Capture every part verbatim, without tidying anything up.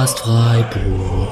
Podcast Freiburg.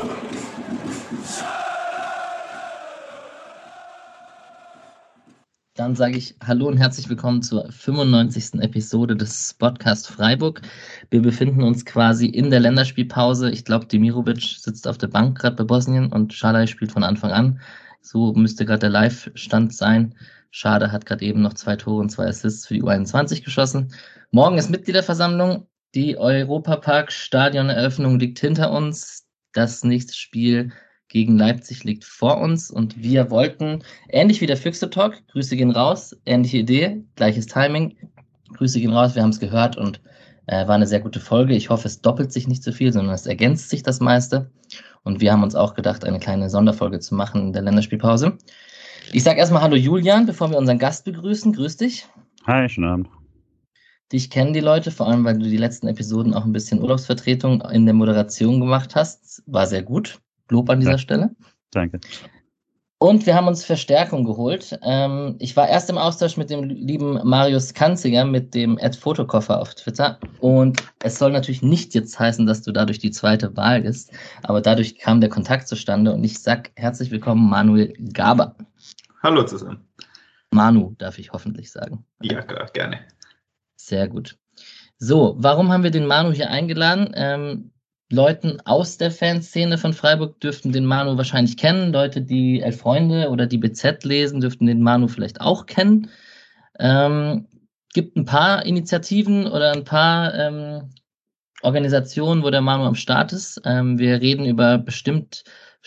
Dann sage ich Hallo und herzlich willkommen zur fünfundneunzigsten Episode des Podcast Freiburg. Wir befinden uns quasi in der Länderspielpause. Ich glaube, Demirovic sitzt auf der Bank gerade bei Bosnien und Schalai spielt von Anfang an. So müsste gerade der Live-Stand sein. Schade hat gerade eben noch zwei Tore und zwei Assists für die U einundzwanzig geschossen. Morgen ist Mitgliederversammlung. Die Europapark-Stadioneröffnung liegt hinter uns. Das nächste Spiel gegen Leipzig liegt vor uns und wir wollten, ähnlich wie der Füchse-Talk, Grüße gehen raus, ähnliche Idee, gleiches Timing, Grüße gehen raus, wir haben es gehört und äh, war eine sehr gute Folge. Ich hoffe, es doppelt sich nicht so viel, sondern es ergänzt sich das meiste. Und wir haben uns auch gedacht, eine kleine Sonderfolge zu machen in der Länderspielpause. Ich sage erstmal Hallo Julian, bevor wir unseren Gast begrüßen. Grüß dich. Hi, schönen Abend. Dich kennen die Leute, vor allem, weil du die letzten Episoden auch ein bisschen Urlaubsvertretung in der Moderation gemacht hast. War sehr gut. Lob an dieser Ja, Stelle. danke. Und wir haben uns Verstärkung geholt. Ähm, ich war erst im Austausch mit dem lieben Marius Kanziger, mit dem Fotokoffer auf Twitter. Und es soll natürlich nicht jetzt heißen, dass du dadurch die zweite Wahl bist. Aber dadurch kam der Kontakt zustande. Und ich sag herzlich willkommen, Manuel Gaber. Hallo zusammen. Manu, darf ich hoffentlich sagen. Ja, klar, gerne. Sehr gut. So, warum haben wir den Manu hier eingeladen? Ähm, Leuten aus der Fanszene von Freiburg dürften den Manu wahrscheinlich kennen. Leute, die Elf Freunde oder die B Z lesen, dürften den Manu vielleicht auch kennen. Ähm, gibt ein paar Initiativen oder ein paar ähm, Organisationen, wo der Manu am Start ist. Ähm, wir reden über bestimmt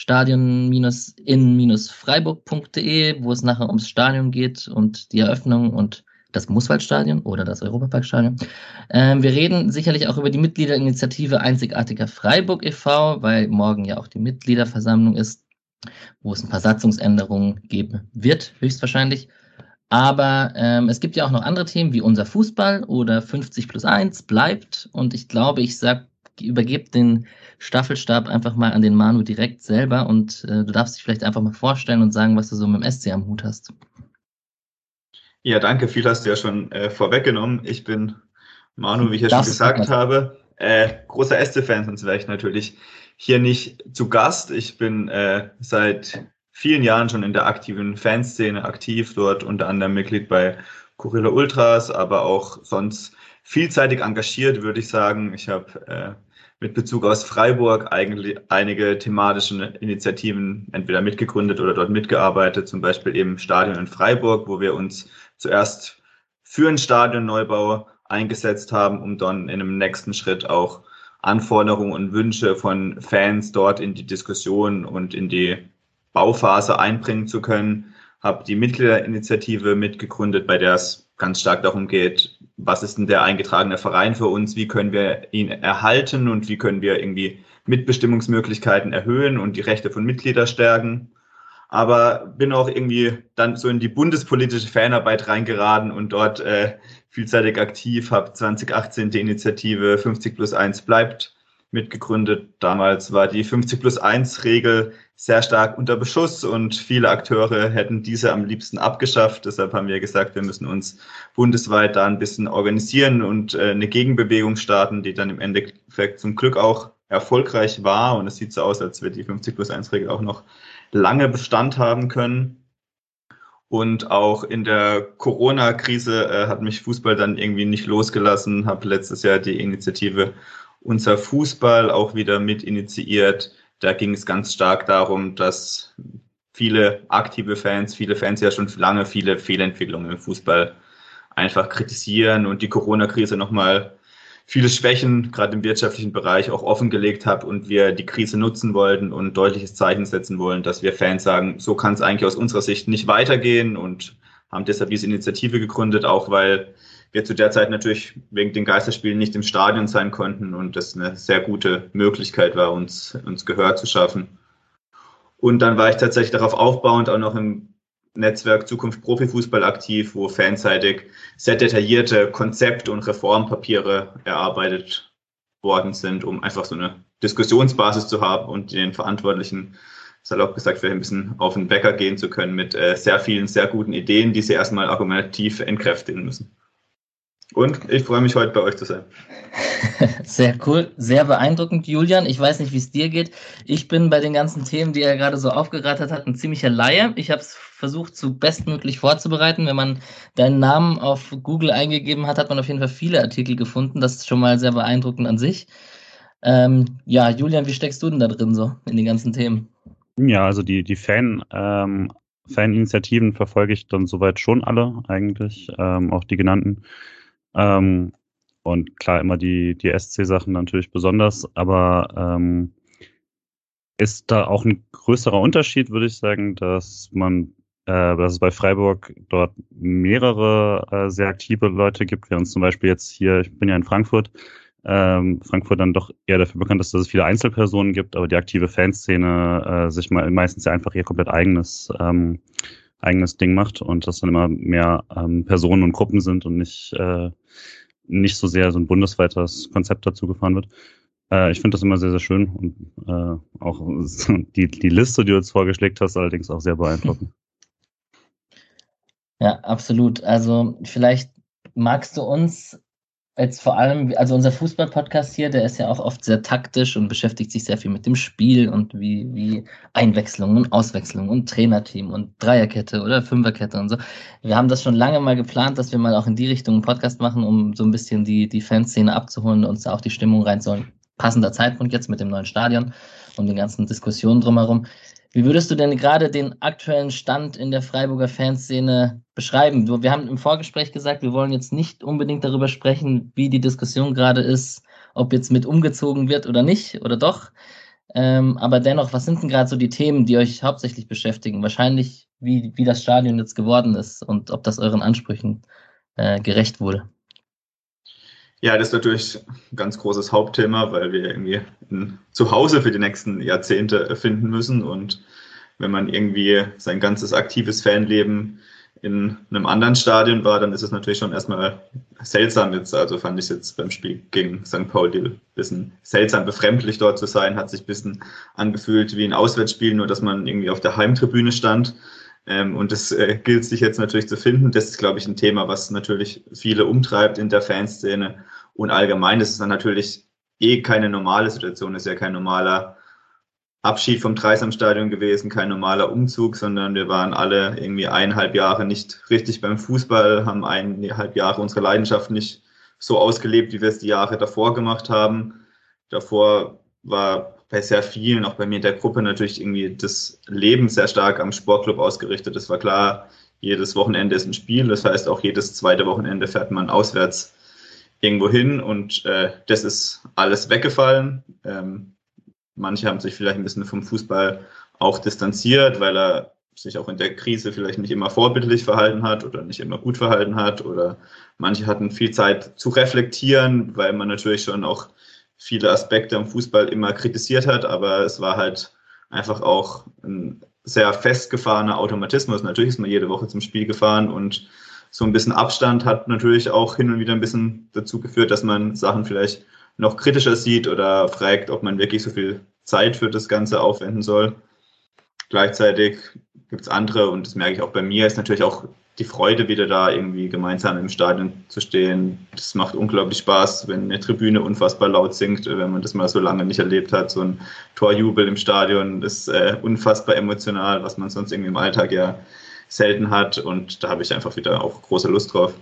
stadion-in-freiburg punkt de, wo es nachher ums Stadion geht und die Eröffnung und das Muswaldstadion oder das Europaparkstadion. Ähm, wir reden sicherlich auch über die Mitgliederinitiative Einzigartiger Freiburg e V, weil morgen ja auch die Mitgliederversammlung ist, wo es ein paar Satzungsänderungen geben wird, höchstwahrscheinlich. Aber ähm, es gibt ja auch noch andere Themen wie unser Fußball oder fünfzig plus eins bleibt. Und ich glaube, ich sag, übergebe den Staffelstab einfach mal an den Manu direkt selber und äh, du darfst dich vielleicht einfach mal vorstellen und sagen, was du so mit dem S C am Hut hast. Ja, danke. Viel hast du ja schon äh, vorweggenommen. Ich bin Manu, wie ich ja schon Darfst du gesagt was? habe, äh, großer S C-Fan, sonst wäre ich natürlich hier nicht zu Gast. Ich bin äh, seit vielen Jahren schon in der aktiven Fanszene aktiv, dort unter anderem Mitglied bei Kurilla Ultras, aber auch sonst vielseitig engagiert, würde ich sagen. Ich habe äh, mit Bezug aus Freiburg eigentlich einige thematische Initiativen entweder mitgegründet oder dort mitgearbeitet, zum Beispiel eben Stadion in Freiburg, wo wir uns zuerst für einen Stadionneubau eingesetzt haben, um dann in einem nächsten Schritt auch Anforderungen und Wünsche von Fans dort in die Diskussion und in die Bauphase einbringen zu können. Habe die Mitgliederinitiative mitgegründet, bei der es ganz stark darum geht, was ist denn der eingetragene Verein für uns, wie können wir ihn erhalten und wie können wir irgendwie Mitbestimmungsmöglichkeiten erhöhen und die Rechte von Mitgliedern stärken. Aber bin auch irgendwie dann so in die bundespolitische Fanarbeit reingeraten und dort äh, vielseitig aktiv, habe zwanzig achtzehn die Initiative fünfzig plus eins bleibt mitgegründet. Damals war die fünfzig plus eins Regel sehr stark unter Beschuss und viele Akteure hätten diese am liebsten abgeschafft. Deshalb haben wir gesagt, wir müssen uns bundesweit da ein bisschen organisieren und äh, eine Gegenbewegung starten, die dann im Endeffekt zum Glück auch erfolgreich war. Und es sieht so aus, als wird die fünfzig plus eins Regel auch noch lange Bestand haben können. Und auch in der Corona-Krise äh, hat mich Fußball dann irgendwie nicht losgelassen, habe letztes Jahr die Initiative Unser Fußball auch wieder mit initiiert. Da ging es ganz stark darum, dass viele aktive Fans, viele Fans ja schon lange viele Fehlentwicklungen im Fußball einfach kritisieren und die Corona-Krise nochmal viele Schwächen, gerade im wirtschaftlichen Bereich, auch offengelegt hat und wir die Krise nutzen wollten und ein deutliches Zeichen setzen wollen, dass wir Fans sagen, so kann es eigentlich aus unserer Sicht nicht weitergehen und haben deshalb diese Initiative gegründet, auch weil wir zu der Zeit natürlich wegen den Geisterspielen nicht im Stadion sein konnten und das eine sehr gute Möglichkeit war, uns, uns Gehör zu schaffen. Und dann war ich tatsächlich darauf aufbauend auch noch im Netzwerk Zukunft Profifußball aktiv, wo fanseitig sehr detaillierte Konzept- und Reformpapiere erarbeitet worden sind, um einfach so eine Diskussionsbasis zu haben und den Verantwortlichen, salopp gesagt, vielleicht ein bisschen auf den Wecker gehen zu können mit äh, sehr vielen, sehr guten Ideen, die sie erstmal argumentativ entkräftigen müssen. Und ich freue mich, heute bei euch zu sein. Sehr cool, sehr beeindruckend, Julian. Ich weiß nicht, wie es dir geht. Ich bin bei den ganzen Themen, die er gerade so aufgerattert hat, ein ziemlicher Laie. Ich habe es versucht, so bestmöglich vorzubereiten. Wenn man deinen Namen auf Google eingegeben hat, hat man auf jeden Fall viele Artikel gefunden. Das ist schon mal sehr beeindruckend an sich. Ähm, ja, Julian, wie steckst du denn da drin so in den ganzen Themen? Ja, also die, die Fan, ähm, Faninitiativen verfolge ich dann soweit schon alle eigentlich, ähm, auch die genannten. Ähm, und klar, immer die, die S C-Sachen natürlich besonders, aber ähm, ist da auch ein größerer Unterschied, würde ich sagen, dass man, äh, dass es bei Freiburg dort mehrere äh, sehr aktive Leute gibt, während es zum Beispiel jetzt hier, ich bin ja in Frankfurt, ähm, Frankfurt dann doch eher dafür bekannt ist, dass es viele Einzelpersonen gibt, aber die aktive Fanszene äh, sich mal meistens ja einfach ihr komplett eigenes ähm, eigenes Ding macht und das dann immer mehr ähm, Personen und Gruppen sind und nicht äh, nicht so sehr so ein bundesweites Konzept dazu gefahren wird. Äh, ich finde das immer sehr, sehr schön und äh, auch die, die Liste, die du jetzt vorgeschlägt hast, allerdings auch sehr beeindruckend. Ja, absolut. Also vielleicht magst du uns jetzt vor allem, also unser Fußball-Podcast hier, der ist ja auch oft sehr taktisch und beschäftigt sich sehr viel mit dem Spiel und wie, wie Einwechslung und Auswechslung und Trainerteam und Dreierkette oder Fünferkette und so. Wir haben das schon lange mal geplant, dass wir mal auch in die Richtung einen Podcast machen, um so ein bisschen die, die Fanszene abzuholen und uns da auch die Stimmung reinzuholen. Passender Zeitpunkt jetzt mit dem neuen Stadion und den ganzen Diskussionen drumherum. Wie würdest du denn gerade den aktuellen Stand in der Freiburger Fanszene beschreiben? Wir haben im Vorgespräch gesagt, wir wollen jetzt nicht unbedingt darüber sprechen, wie die Diskussion gerade ist, ob jetzt mit umgezogen wird oder nicht oder doch. Ähm, aber dennoch, was sind denn gerade so die Themen, die euch hauptsächlich beschäftigen? Wahrscheinlich, wie, wie das Stadion jetzt geworden ist und ob das euren Ansprüchen äh, gerecht wurde. Ja, das ist natürlich ein ganz großes Hauptthema, weil wir irgendwie ein Zuhause für die nächsten Jahrzehnte finden müssen. Und wenn man irgendwie sein ganzes aktives Fanleben in einem anderen Stadion war, dann ist es natürlich schon erstmal seltsam jetzt. Also fand ich es jetzt beim Spiel gegen Sankt Pauli ein bisschen seltsam befremdlich dort zu sein, hat sich ein bisschen angefühlt wie ein Auswärtsspiel, nur dass man irgendwie auf der Heimtribüne stand. Ähm, und das äh, gilt sich jetzt natürlich zu finden. Das ist, glaube ich, ein Thema, was natürlich viele umtreibt in der Fanszene. Und allgemein ist es dann natürlich eh keine normale Situation, ist ja kein normaler Abschied vom Dreisamstadion gewesen, kein normaler Umzug, sondern wir waren alle irgendwie eineinhalb Jahre nicht richtig beim Fußball, haben eineinhalb Jahre unsere Leidenschaft nicht so ausgelebt, wie wir es die Jahre davor gemacht haben. Davor war bei sehr vielen, auch bei mir in der Gruppe, natürlich irgendwie das Leben sehr stark am Sportclub ausgerichtet. Es war klar, jedes Wochenende ist ein Spiel, das heißt auch jedes zweite Wochenende fährt man auswärts irgendwo hin und äh, das ist alles weggefallen. Ähm, manche haben sich vielleicht ein bisschen vom Fußball auch distanziert, weil er sich auch in der Krise vielleicht nicht immer vorbildlich verhalten hat oder nicht immer gut verhalten hat, oder manche hatten viel Zeit zu reflektieren, weil man natürlich schon auch viele Aspekte am Fußball immer kritisiert hat, aber es war halt einfach auch ein sehr festgefahrener Automatismus. Natürlich ist man jede Woche zum Spiel gefahren und so ein bisschen Abstand hat natürlich auch hin und wieder ein bisschen dazu geführt, dass man Sachen vielleicht noch kritischer sieht oder fragt, ob man wirklich so viel Zeit für das Ganze aufwenden soll. Gleichzeitig gibt es andere, und das merke ich auch bei mir, ist natürlich auch die Freude, wieder da irgendwie gemeinsam im Stadion zu stehen. Das macht unglaublich Spaß, wenn eine Tribüne unfassbar laut singt, wenn man das mal so lange nicht erlebt hat. So ein Torjubel im Stadion ist äh, unfassbar emotional, was man sonst irgendwie im Alltag ja selten hat, und da habe ich einfach wieder auch große Lust drauf.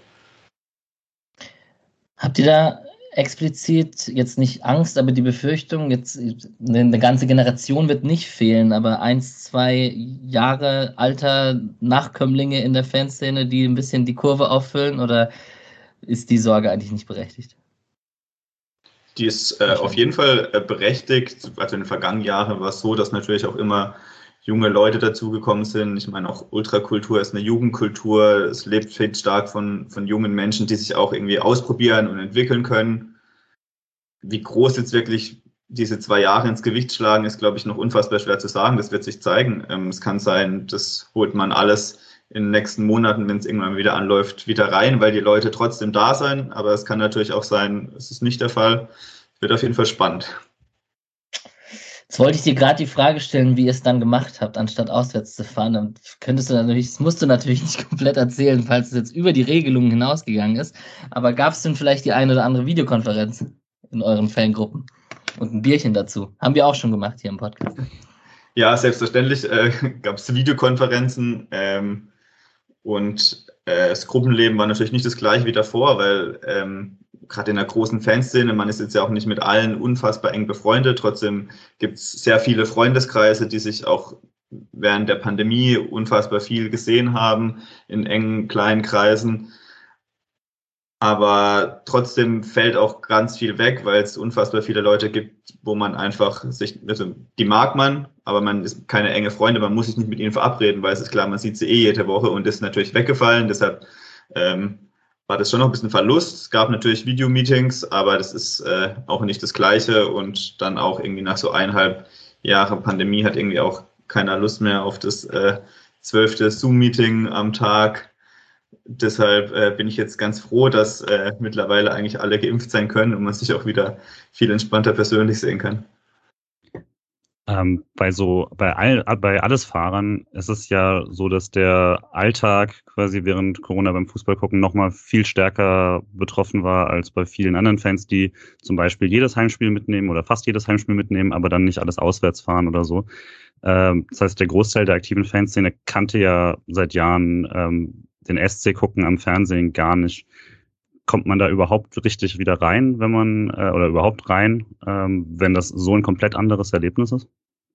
Habt ihr da explizit jetzt nicht Angst, aber die Befürchtung, jetzt eine ganze Generation wird nicht fehlen, aber eins, zwei Jahre alter Nachkömmlinge in der Fanszene, die ein bisschen die Kurve auffüllen, oder ist die Sorge eigentlich nicht berechtigt? Die ist äh, auf jeden Fall äh, berechtigt. Also in den vergangenen Jahren war es so, dass natürlich auch immer junge Leute dazugekommen sind. Ich meine, auch Ultrakultur ist eine Jugendkultur. Es lebt viel stark von, von jungen Menschen, die sich auch irgendwie ausprobieren und entwickeln können. Wie groß jetzt wirklich diese zwei Jahre ins Gewicht schlagen, ist, glaube ich, noch unfassbar schwer zu sagen. Das wird sich zeigen. Ähm, es kann sein, das holt man alles in den nächsten Monaten, wenn es irgendwann wieder anläuft, wieder rein, weil die Leute trotzdem da sein. Aber es kann natürlich auch sein, es ist nicht der Fall. Wird auf jeden Fall spannend. Jetzt wollte ich dir gerade die Frage stellen, wie ihr es dann gemacht habt, anstatt auswärts zu fahren. Dann könntest du natürlich, das musst du natürlich nicht komplett erzählen, falls es jetzt über die Regelungen hinausgegangen ist. Aber gab es denn vielleicht die eine oder andere Videokonferenz in euren Fangruppen? Und ein Bierchen dazu. Haben wir auch schon gemacht hier im Podcast. Ja, selbstverständlich äh, gab es Videokonferenzen ähm, und äh, das Gruppenleben war natürlich nicht das gleiche wie davor, weil ähm, gerade in der großen Fanszene, man ist jetzt ja auch nicht mit allen unfassbar eng befreundet, trotzdem gibt es sehr viele Freundeskreise, die sich auch während der Pandemie unfassbar viel gesehen haben, in engen, kleinen Kreisen. Aber trotzdem fällt auch ganz viel weg, weil es unfassbar viele Leute gibt, wo man einfach sich, also die mag man, aber man ist keine enge Freunde, man muss sich nicht mit ihnen verabreden, weil es ist klar, man sieht sie eh jede Woche und ist natürlich weggefallen. Deshalb ähm, war das schon noch ein bisschen Verlust. Es gab natürlich Videomeetings, aber das ist äh, auch nicht das Gleiche und dann auch irgendwie nach so eineinhalb Jahren Pandemie hat irgendwie auch keiner Lust mehr auf das äh, zwölfte Zoom-Meeting am Tag. Deshalb äh, bin ich jetzt ganz froh, dass äh, mittlerweile eigentlich alle geimpft sein können und man sich auch wieder viel entspannter persönlich sehen kann. Ähm, bei so, bei all, bei Allesfahrern ist es ja so, dass der Alltag quasi während Corona beim Fußball gucken nochmal viel stärker betroffen war als bei vielen anderen Fans, die zum Beispiel jedes Heimspiel mitnehmen oder fast jedes Heimspiel mitnehmen, aber dann nicht alles auswärts fahren oder so. Ähm, das heißt, der Großteil der aktiven Fanszene kannte ja seit Jahren ähm, den S C gucken am Fernsehen gar nicht. Kommt man da überhaupt richtig wieder rein, wenn man, äh, oder überhaupt rein, ähm, wenn das so ein komplett anderes Erlebnis ist?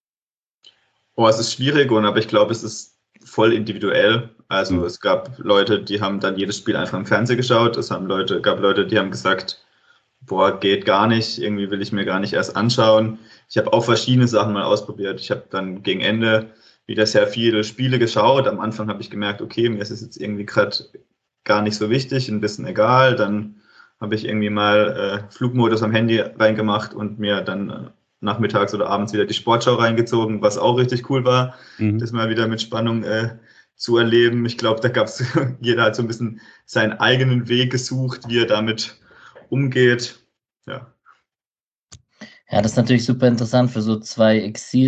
Oh, es ist schwierig, und aber ich glaube, es ist voll individuell. Also Mhm. es gab Leute, die haben dann jedes Spiel einfach im Fernsehen geschaut. Es haben Leute, gab Leute, die haben gesagt, boah, geht gar nicht, irgendwie will ich mir gar nicht erst anschauen. Ich habe auch verschiedene Sachen mal ausprobiert. Ich habe dann gegen Ende wieder sehr viele Spiele geschaut. Am Anfang habe ich gemerkt, okay, mir ist es jetzt irgendwie gerade gar nicht so wichtig, ein bisschen egal. Dann habe ich irgendwie mal äh, Flugmodus am Handy reingemacht und mir dann äh, nachmittags oder abends wieder die Sportschau reingezogen, was auch richtig cool war, Mhm. das mal wieder mit Spannung äh, zu erleben. Ich glaube, da gab es, jeder hat so ein bisschen seinen eigenen Weg gesucht, wie er damit umgeht. Ja. Ja, das ist natürlich super interessant für so zwei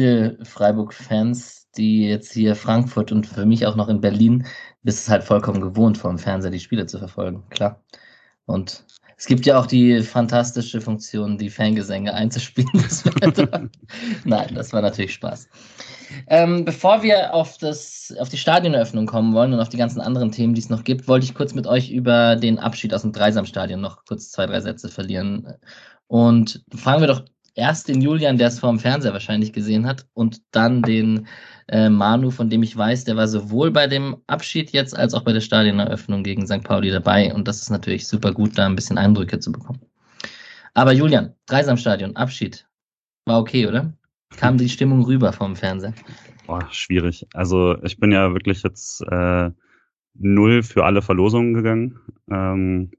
Exil-Freiburg-Fans, die jetzt hier Frankfurt und für mich auch noch in Berlin, bist es halt vollkommen gewohnt, vom Fernseher die Spiele zu verfolgen, klar. Und es gibt ja auch die fantastische Funktion, die Fangesänge einzuspielen. Das war Nein, das war natürlich Spaß. Ähm, bevor wir auf, das, auf die Stadioneröffnung kommen wollen und auf die ganzen anderen Themen, die es noch gibt, wollte ich kurz mit euch über den Abschied aus dem Dreisamstadion noch kurz zwei, drei Sätze verlieren. Und fragen wir doch erst den Julian, der es vor dem Fernseher wahrscheinlich gesehen hat, und dann den äh, Manu, von dem ich weiß, der war sowohl bei dem Abschied jetzt als auch bei der Stadioneröffnung gegen Sankt Pauli dabei. Und das ist natürlich super gut, da ein bisschen Eindrücke zu bekommen. Aber Julian, Dreisamstadion, Abschied. War okay, oder? Kam die Stimmung rüber vom Fernseher? Boah, schwierig. Also ich bin ja wirklich jetzt äh, null für alle Verlosungen gegangen. Ähm,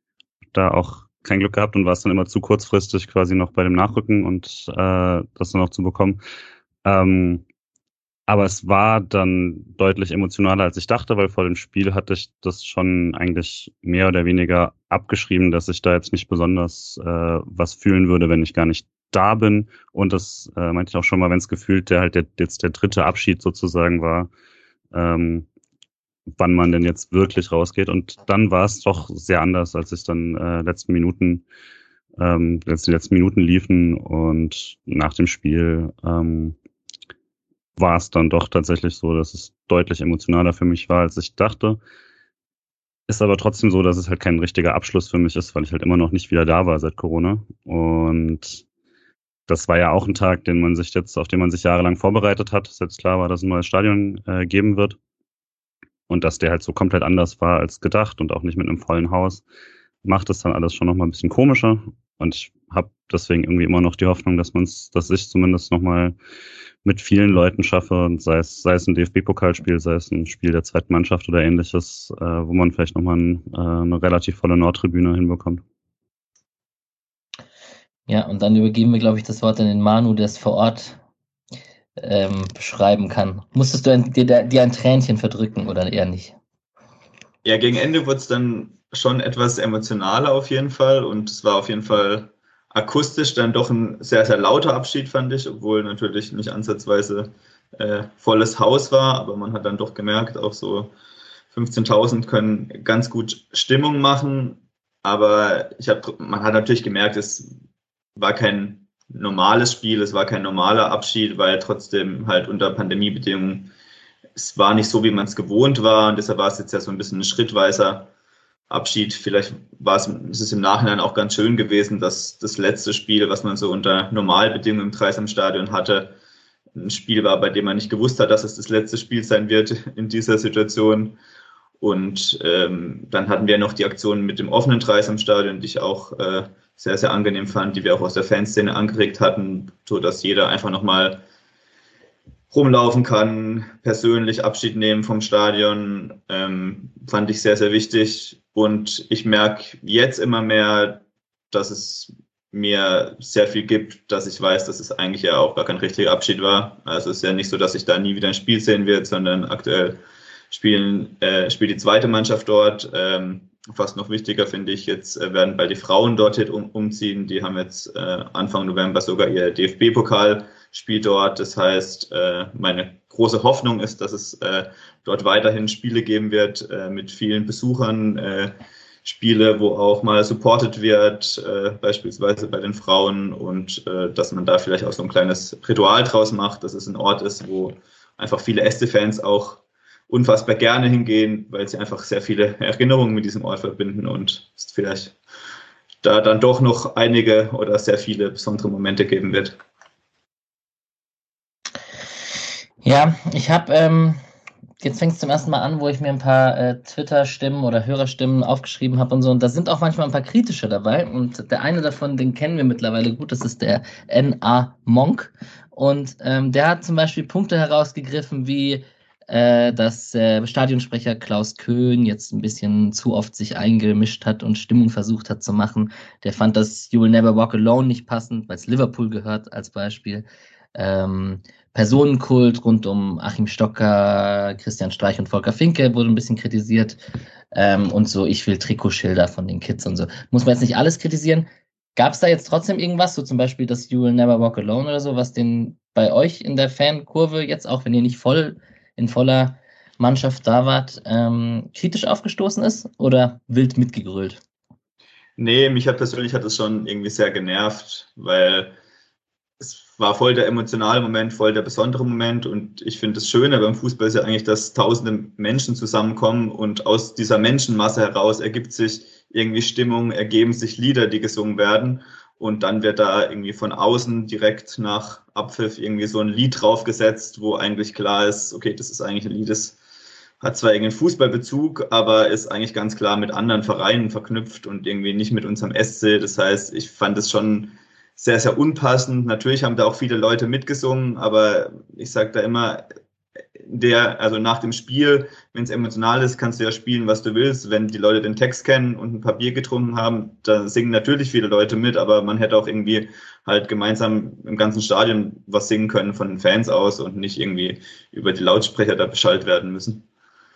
da auch kein Glück gehabt und war es dann immer zu kurzfristig quasi noch bei dem Nachrücken und äh, das dann noch zu bekommen. Ähm, aber es war dann deutlich emotionaler, als ich dachte, weil vor dem Spiel hatte ich das schon eigentlich mehr oder weniger abgeschrieben, dass ich da jetzt nicht besonders äh, was fühlen würde, wenn ich gar nicht da bin. Und das äh, meinte ich auch schon mal, wenn es gefühlt der halt der, jetzt der dritte Abschied sozusagen war, ähm, wann man denn jetzt wirklich rausgeht. Und dann war es doch sehr anders, als ich dann äh, letzten Minuten, ähm, als die letzten Minuten liefen und nach dem Spiel ähm, war es dann doch tatsächlich so, dass es deutlich emotionaler für mich war, als ich dachte. Ist aber trotzdem so, dass es halt kein richtiger Abschluss für mich ist, weil ich halt immer noch nicht wieder da war seit Corona. Und das war ja auch ein Tag, den man sich jetzt, auf den man sich jahrelang vorbereitet hat, dass jetzt klar war, dass es ein neues Stadion äh, geben wird. Und dass der halt so komplett anders war als gedacht und auch nicht mit einem vollen Haus, macht es dann alles schon nochmal ein bisschen komischer. Und ich habe deswegen irgendwie immer noch die Hoffnung, dass man es, dass ich zumindest nochmal mit vielen Leuten schaffe, und sei es, sei es ein D F B-Pokalspiel, sei es ein Spiel der zweiten Mannschaft oder ähnliches, äh, wo man vielleicht nochmal ein, äh, eine relativ volle Nordtribüne hinbekommt. Ja, und dann übergeben wir, glaube ich, das Wort an den Manu, der es vor Ort ähm, beschreiben kann. Musstest du ein, dir, dir ein Tränchen verdrücken oder eher nicht? Ja, gegen Ende wurde es dann schon etwas emotionaler auf jeden Fall und es war auf jeden Fall akustisch dann doch ein sehr, sehr lauter Abschied, fand ich, obwohl natürlich nicht ansatzweise äh, volles Haus war, aber man hat dann doch gemerkt, auch so fünfzehntausend können ganz gut Stimmung machen, aber ich hab, man hat natürlich gemerkt, es war kein normales Spiel, es war kein normaler Abschied, weil trotzdem halt unter Pandemiebedingungen, es war nicht so, wie man es gewohnt war, und deshalb war es jetzt ja so ein bisschen ein schrittweiser Abschied. Vielleicht war es, ist es im Nachhinein auch ganz schön gewesen, dass das letzte Spiel, was man so unter Normalbedingungen im Dreisamstadion hatte, ein Spiel war, bei dem man nicht gewusst hat, dass es das letzte Spiel sein wird in dieser Situation. Und ähm, dann hatten wir noch die Aktion mit dem offenen Dreisamstadion, die ich auch äh, sehr, sehr angenehm fand, die wir auch aus der Fanszene angeregt hatten, so dass jeder einfach nochmal rumlaufen kann, persönlich Abschied nehmen vom Stadion, ähm, fand ich sehr, sehr wichtig. Und ich merke jetzt immer mehr, dass es mir sehr viel gibt, dass ich weiß, dass es eigentlich ja auch gar kein richtiger Abschied war. Also es ist ja nicht so, dass ich da nie wieder ein Spiel sehen werde, sondern aktuell spielen, äh, spielt die zweite Mannschaft dort. Ähm, fast noch wichtiger finde ich, jetzt äh, werden bald die Frauen dorthin um, umziehen. Die haben jetzt äh, Anfang November sogar ihr D F B-Pokalspiel dort. Das heißt, äh, meine große Hoffnung ist, dass es äh, dort weiterhin Spiele geben wird äh, mit vielen Besuchern, äh, Spiele, wo auch mal supported wird, äh, beispielsweise bei den Frauen, und äh, dass man da vielleicht auch so ein kleines Ritual draus macht, dass es ein Ort ist, wo einfach viele Este-Fans auch unfassbar gerne hingehen, weil sie einfach sehr viele Erinnerungen mit diesem Ort verbinden und es vielleicht da dann doch noch einige oder sehr viele besondere Momente geben wird. Ja, ich habe, ähm, jetzt fängt es zum ersten Mal an, wo ich mir ein paar äh, Twitter-Stimmen oder Hörerstimmen aufgeschrieben habe und so, und da sind auch manchmal ein paar kritische dabei, und der eine davon, den kennen wir mittlerweile gut, das ist der N A Monk, und ähm, der hat zum Beispiel Punkte herausgegriffen wie äh, dass äh, Stadionsprecher Klaus Köhn jetzt ein bisschen zu oft sich eingemischt hat und Stimmung versucht hat zu machen. Der fand das You Will Never Walk Alone nicht passend, weil es Liverpool gehört als Beispiel. Ähm, Personenkult rund um Achim Stocker, Christian Streich und Volker Finke wurde ein bisschen kritisiert. Ähm, und so, ich will Trikotschilder von den Kids und so. Muss man jetzt nicht alles kritisieren. Gab es da jetzt trotzdem irgendwas, so zum Beispiel das You Will Never Walk Alone oder so, was den bei euch in der Fankurve jetzt, auch wenn ihr nicht voll in voller Mannschaft da wart, ähm, kritisch aufgestoßen ist oder wild mitgegrölt? Nee, mich hat persönlich hat es schon irgendwie sehr genervt, weil es war voll der emotionale Moment, voll der besondere Moment, und ich finde das Schöne beim Fußball ist ja eigentlich, dass tausende Menschen zusammenkommen und aus dieser Menschenmasse heraus ergibt sich irgendwie Stimmung, ergeben sich Lieder, die gesungen werden, und dann wird da irgendwie von außen direkt nach Abpfiff irgendwie so ein Lied draufgesetzt, wo eigentlich klar ist, okay, das ist eigentlich ein Lied, das hat zwar irgendeinen Fußballbezug, aber ist eigentlich ganz klar mit anderen Vereinen verknüpft und irgendwie nicht mit unserem S C. Das heißt, ich fand es schon sehr, sehr unpassend. Natürlich haben da auch viele Leute mitgesungen, aber ich sage da immer, der, also nach dem Spiel, wenn es emotional ist, kannst du ja spielen, was du willst. Wenn die Leute den Text kennen und ein paar Bier getrunken haben, dann singen natürlich viele Leute mit, aber man hätte auch irgendwie halt gemeinsam im ganzen Stadion was singen können von den Fans aus und nicht irgendwie über die Lautsprecher da beschallt werden müssen.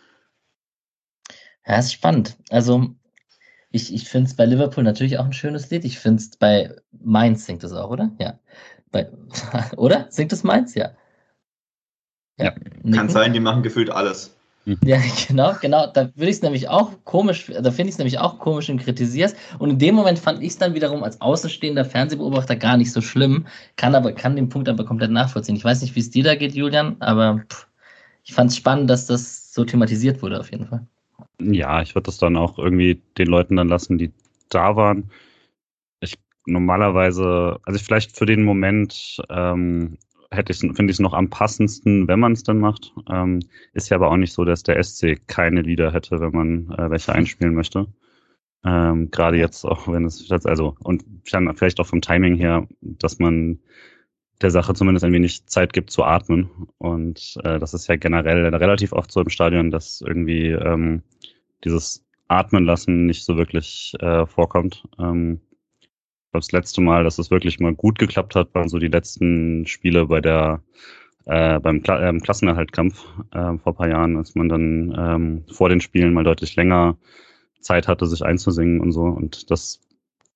Ja, ist spannend. Also ich, ich finde es bei Liverpool natürlich auch ein schönes Lied. Ich finde es bei Mainz singt es auch, oder? Ja. Bei, oder? Singt es Mainz? Ja. Ja, kann sein, die machen gefühlt alles. Ja, genau, genau. Da würde ich es nämlich auch komisch, da finde ich es nämlich auch komisch und kritisiere es. Und in dem Moment fand ich es dann wiederum als außenstehender Fernsehbeobachter gar nicht so schlimm, kann aber, kann den Punkt aber komplett nachvollziehen. Ich weiß nicht, wie es dir da geht, Julian, aber pff, ich fand es spannend, dass das so thematisiert wurde, auf jeden Fall. Ja, ich würde das dann auch irgendwie den Leuten dann lassen, die da waren. Ich normalerweise, also vielleicht für den Moment ähm, hätte ich finde ich es noch am passendsten, wenn man es dann macht. Ähm, ist ja aber auch nicht so, dass der S C keine Lieder hätte, wenn man äh, welche einspielen möchte. Ähm, Gerade jetzt auch, wenn es also und dann vielleicht auch vom Timing her, dass man der Sache zumindest ein wenig Zeit gibt zu atmen. Und äh, das ist ja generell relativ oft so im Stadion, dass irgendwie ähm, dieses Atmen lassen nicht so wirklich äh, vorkommt. Ähm, das letzte Mal, dass es wirklich mal gut geklappt hat, waren so die letzten Spiele bei der äh, beim Kla äh, Klassenerhaltkampf äh, vor ein paar Jahren, als man dann ähm, vor den Spielen mal deutlich länger Zeit hatte, sich einzusingen und so. Und das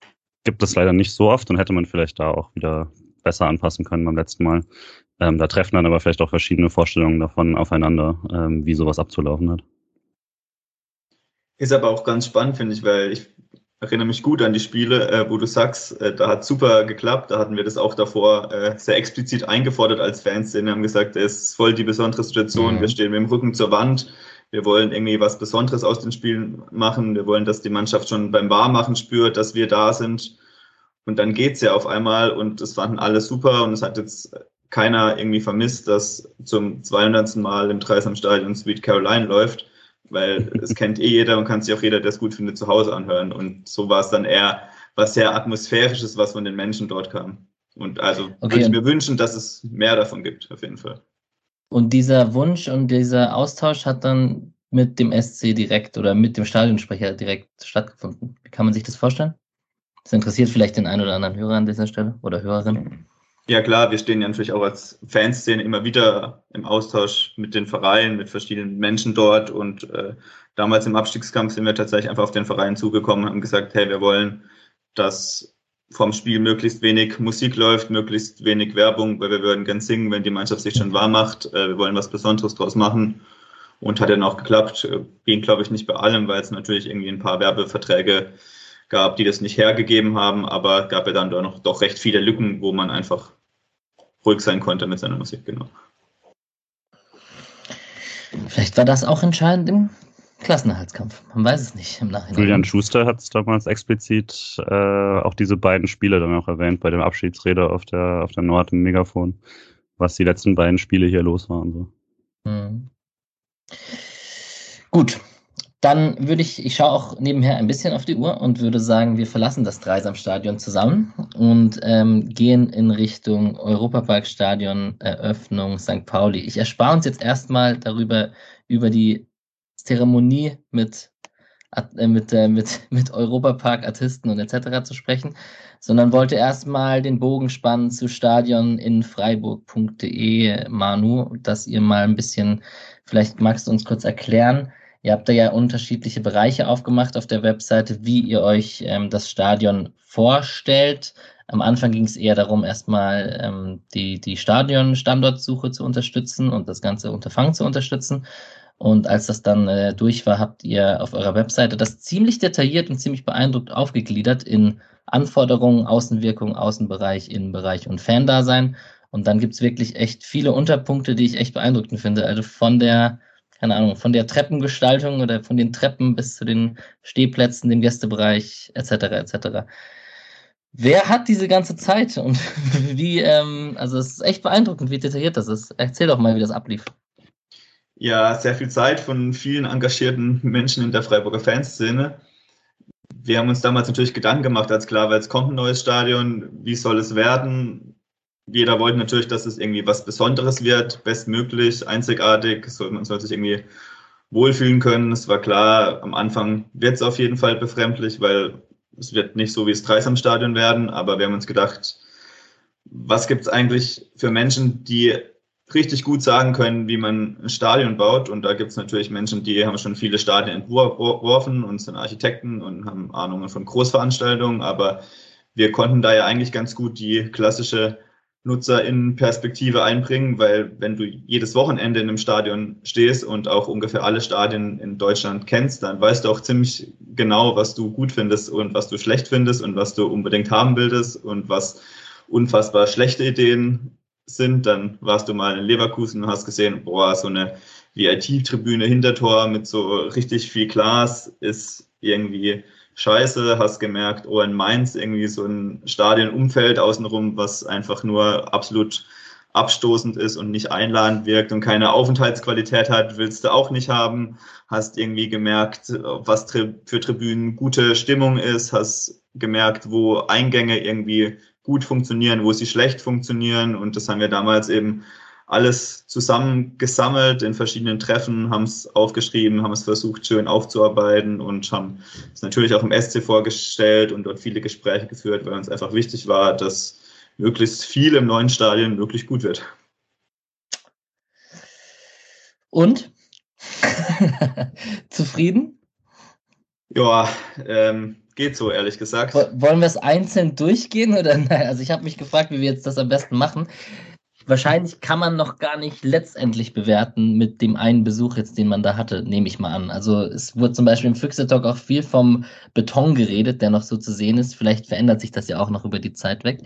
gibt es leider nicht so oft und hätte man vielleicht da auch wieder besser anpassen können beim letzten Mal. Ähm, da treffen dann aber vielleicht auch verschiedene Vorstellungen davon aufeinander, ähm, wie sowas abzulaufen hat. Ist aber auch ganz spannend, finde ich, weil ich erinnere mich gut an die Spiele, äh, wo du sagst, äh, da hat super geklappt. Da hatten wir das auch davor äh, sehr explizit eingefordert als Fans. Wir haben gesagt, es ist voll die besondere Situation. Mhm. Wir stehen mit dem Rücken zur Wand. Wir wollen irgendwie was Besonderes aus den Spielen machen. Wir wollen, dass die Mannschaft schon beim Warmmachen spürt, dass wir da sind. Und dann geht's ja auf einmal und das fanden alle super und es hat jetzt keiner irgendwie vermisst, dass zum zweihundertsten Mal im Dreisamstadion Sweet Caroline läuft, weil es kennt eh jeder und kann sich auch jeder, der es gut findet, zu Hause anhören. Und so war es dann eher was sehr Atmosphärisches, was von den Menschen dort kam. Und also okay, würde ich mir wünschen, dass es mehr davon gibt, auf jeden Fall. Und dieser Wunsch und dieser Austausch hat dann mit dem S C direkt oder mit dem Stadionsprecher direkt stattgefunden. Wie kann man sich das vorstellen? Das interessiert vielleicht den einen oder anderen Hörer an dieser Stelle oder Hörerin. Ja klar, wir stehen ja natürlich auch als Fanszene immer wieder im Austausch mit den Vereinen, mit verschiedenen Menschen dort und äh, damals im Abstiegskampf sind wir tatsächlich einfach auf den Verein zugekommen und haben gesagt, hey, wir wollen, dass vom Spiel möglichst wenig Musik läuft, möglichst wenig Werbung, weil wir würden gern singen, wenn die Mannschaft sich schon warm macht. Äh, wir wollen was Besonderes draus machen und hat dann auch geklappt. Ging, glaube ich, nicht bei allem, weil es natürlich irgendwie ein paar Werbeverträge gab, die das nicht hergegeben haben, aber gab ja dann doch noch doch recht viele Lücken, wo man einfach ruhig sein konnte mit seiner Musik, genau. Vielleicht war das auch entscheidend im Klassenerhaltskampf. Man weiß es nicht im Nachhinein. Julian Schuster hat es damals explizit äh, auch diese beiden Spiele dann auch erwähnt, bei dem Abschiedsrede auf der, auf der Nord im Megafon, was die letzten beiden Spiele hier los waren. So. Mhm. Gut. Dann würde ich, ich schaue auch nebenher ein bisschen auf die Uhr und würde sagen, wir verlassen das Dreisamstadion zusammen und ähm, gehen in Richtung Europaparkstadion Eröffnung Sankt Pauli. Ich erspare uns jetzt erstmal darüber, über die Zeremonie mit, äh, mit, äh, mit, mit Europapark-Artisten und et cetera zu sprechen, sondern wollte erstmal den Bogen spannen zu stadion in freiburg punkt de, Manu, dass ihr mal ein bisschen, vielleicht magst du uns kurz erklären. Ihr habt da ja unterschiedliche Bereiche aufgemacht auf der Webseite, wie ihr euch ähm, das Stadion vorstellt. Am Anfang ging es eher darum, erstmal ähm, die, die Stadion-Standortsuche zu unterstützen und das ganze Unterfangen zu unterstützen. Und als das dann äh, durch war, habt ihr auf eurer Webseite das ziemlich detailliert und ziemlich beeindruckt aufgegliedert in Anforderungen, Außenwirkung, Außenbereich, Innenbereich und Fandasein. Und dann gibt's wirklich echt viele Unterpunkte, die ich echt beeindruckend finde. Also von der keine Ahnung, von der Treppengestaltung oder von den Treppen bis zu den Stehplätzen, dem Gästebereich et cetera et cetera. Wer hat diese ganze Zeit und wie, ähm, also es ist echt beeindruckend, wie detailliert das ist. Erzähl doch mal, wie das ablief. Ja, sehr viel Zeit von vielen engagierten Menschen in der Freiburger Fanszene. Wir haben uns damals natürlich Gedanken gemacht, als klar war, jetzt kommt ein neues Stadion, wie soll es werden? Jeder wollte natürlich, dass es irgendwie was Besonderes wird, bestmöglich, einzigartig, so, man soll sich irgendwie wohlfühlen können. Es war klar, am Anfang wird es auf jeden Fall befremdlich, weil es wird nicht so wie das Dreisamstadion werden, aber wir haben uns gedacht, was gibt es eigentlich für Menschen, die richtig gut sagen können, wie man ein Stadion baut. Und da gibt es natürlich Menschen, die haben schon viele Stadien entworfen und sind Architekten und haben Ahnungen von Großveranstaltungen, aber wir konnten da ja eigentlich ganz gut die klassische NutzerInnen-Perspektive einbringen, weil wenn du jedes Wochenende in einem Stadion stehst und auch ungefähr alle Stadien in Deutschland kennst, dann weißt du auch ziemlich genau, was du gut findest und was du schlecht findest und was du unbedingt haben willst und was unfassbar schlechte Ideen sind. Dann warst du mal in Leverkusen und hast gesehen, boah, so eine V I P-Tribüne Hintertor mit so richtig viel Glas ist irgendwie scheiße, hast gemerkt, oh, in Mainz irgendwie so ein Stadionumfeld außenrum, was einfach nur absolut abstoßend ist und nicht einladend wirkt und keine Aufenthaltsqualität hat, willst du auch nicht haben. Hast irgendwie gemerkt, was für Tribünen gute Stimmung ist, hast gemerkt, wo Eingänge irgendwie gut funktionieren, wo sie schlecht funktionieren, und das haben wir damals eben alles zusammengesammelt in verschiedenen Treffen, haben es aufgeschrieben, haben es versucht schön aufzuarbeiten und haben es natürlich auch im S C vorgestellt und dort viele Gespräche geführt, weil uns einfach wichtig war, dass möglichst viel im neuen Stadion möglichst gut wird. Und? Zufrieden? Ja, ähm, geht so, ehrlich gesagt. Wollen wir es einzeln durchgehen oder nein? Also ich habe mich gefragt, wie wir jetzt das am besten machen. Wahrscheinlich kann man noch gar nicht letztendlich bewerten mit dem einen Besuch jetzt, den man da hatte, nehme ich mal an. Also es wurde zum Beispiel im Füchse-Talk auch viel vom Beton geredet, der noch so zu sehen ist. Vielleicht verändert sich das ja auch noch über die Zeit weg.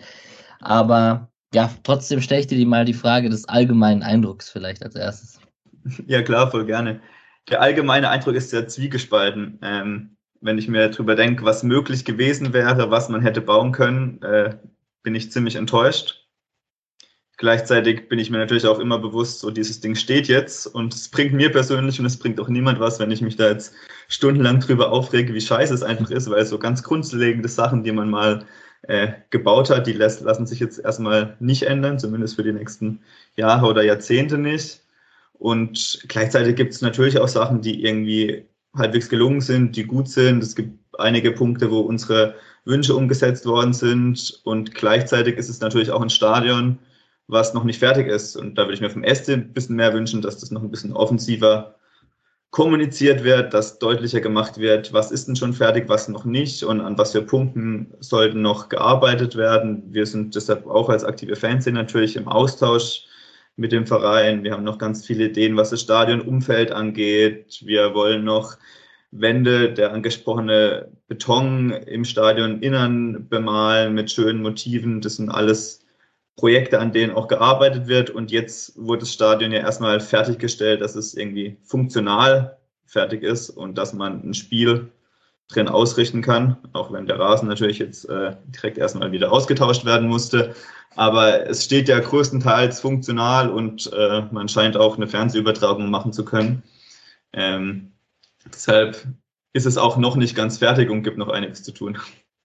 Aber ja, trotzdem stelle ich dir mal die Frage des allgemeinen Eindrucks vielleicht als erstes. Ja klar, voll gerne. Der allgemeine Eindruck ist sehr zwiegespalten. Ähm, wenn ich mir darüber denke, was möglich gewesen wäre, was man hätte bauen können, äh, bin ich ziemlich enttäuscht. Gleichzeitig bin ich mir natürlich auch immer bewusst, so dieses Ding steht jetzt und es bringt mir persönlich und es bringt auch niemand was, wenn ich mich da jetzt stundenlang drüber aufrege, wie scheiße es einfach ist, weil so ganz grundlegende Sachen, die man mal äh, gebaut hat, die lässt, lassen sich jetzt erstmal nicht ändern, zumindest für die nächsten Jahre oder Jahrzehnte nicht. Und gleichzeitig gibt es natürlich auch Sachen, die irgendwie halbwegs gelungen sind, die gut sind. Es gibt einige Punkte, wo unsere Wünsche umgesetzt worden sind und gleichzeitig ist es natürlich auch ein Stadion, was noch nicht fertig ist. Und da würde ich mir vom S C ein bisschen mehr wünschen, dass das noch ein bisschen offensiver kommuniziert wird, dass deutlicher gemacht wird, was ist denn schon fertig, was noch nicht und an was für Punkten sollten noch gearbeitet werden. Wir sind deshalb auch als aktive Fanszene natürlich im Austausch mit dem Verein. Wir haben noch ganz viele Ideen, was das Stadionumfeld angeht. Wir wollen noch Wände, der angesprochene Beton im Stadioninnern bemalen mit schönen Motiven. Das sind alles Projekte, an denen auch gearbeitet wird und jetzt wurde das Stadion ja erstmal fertiggestellt, dass es irgendwie funktional fertig ist und dass man ein Spiel drin ausrichten kann, auch wenn der Rasen natürlich jetzt äh, direkt erstmal wieder ausgetauscht werden musste, aber es steht ja größtenteils funktional und äh, man scheint auch eine Fernsehübertragung machen zu können. Ähm, deshalb ist es auch noch nicht ganz fertig und gibt noch einiges zu tun.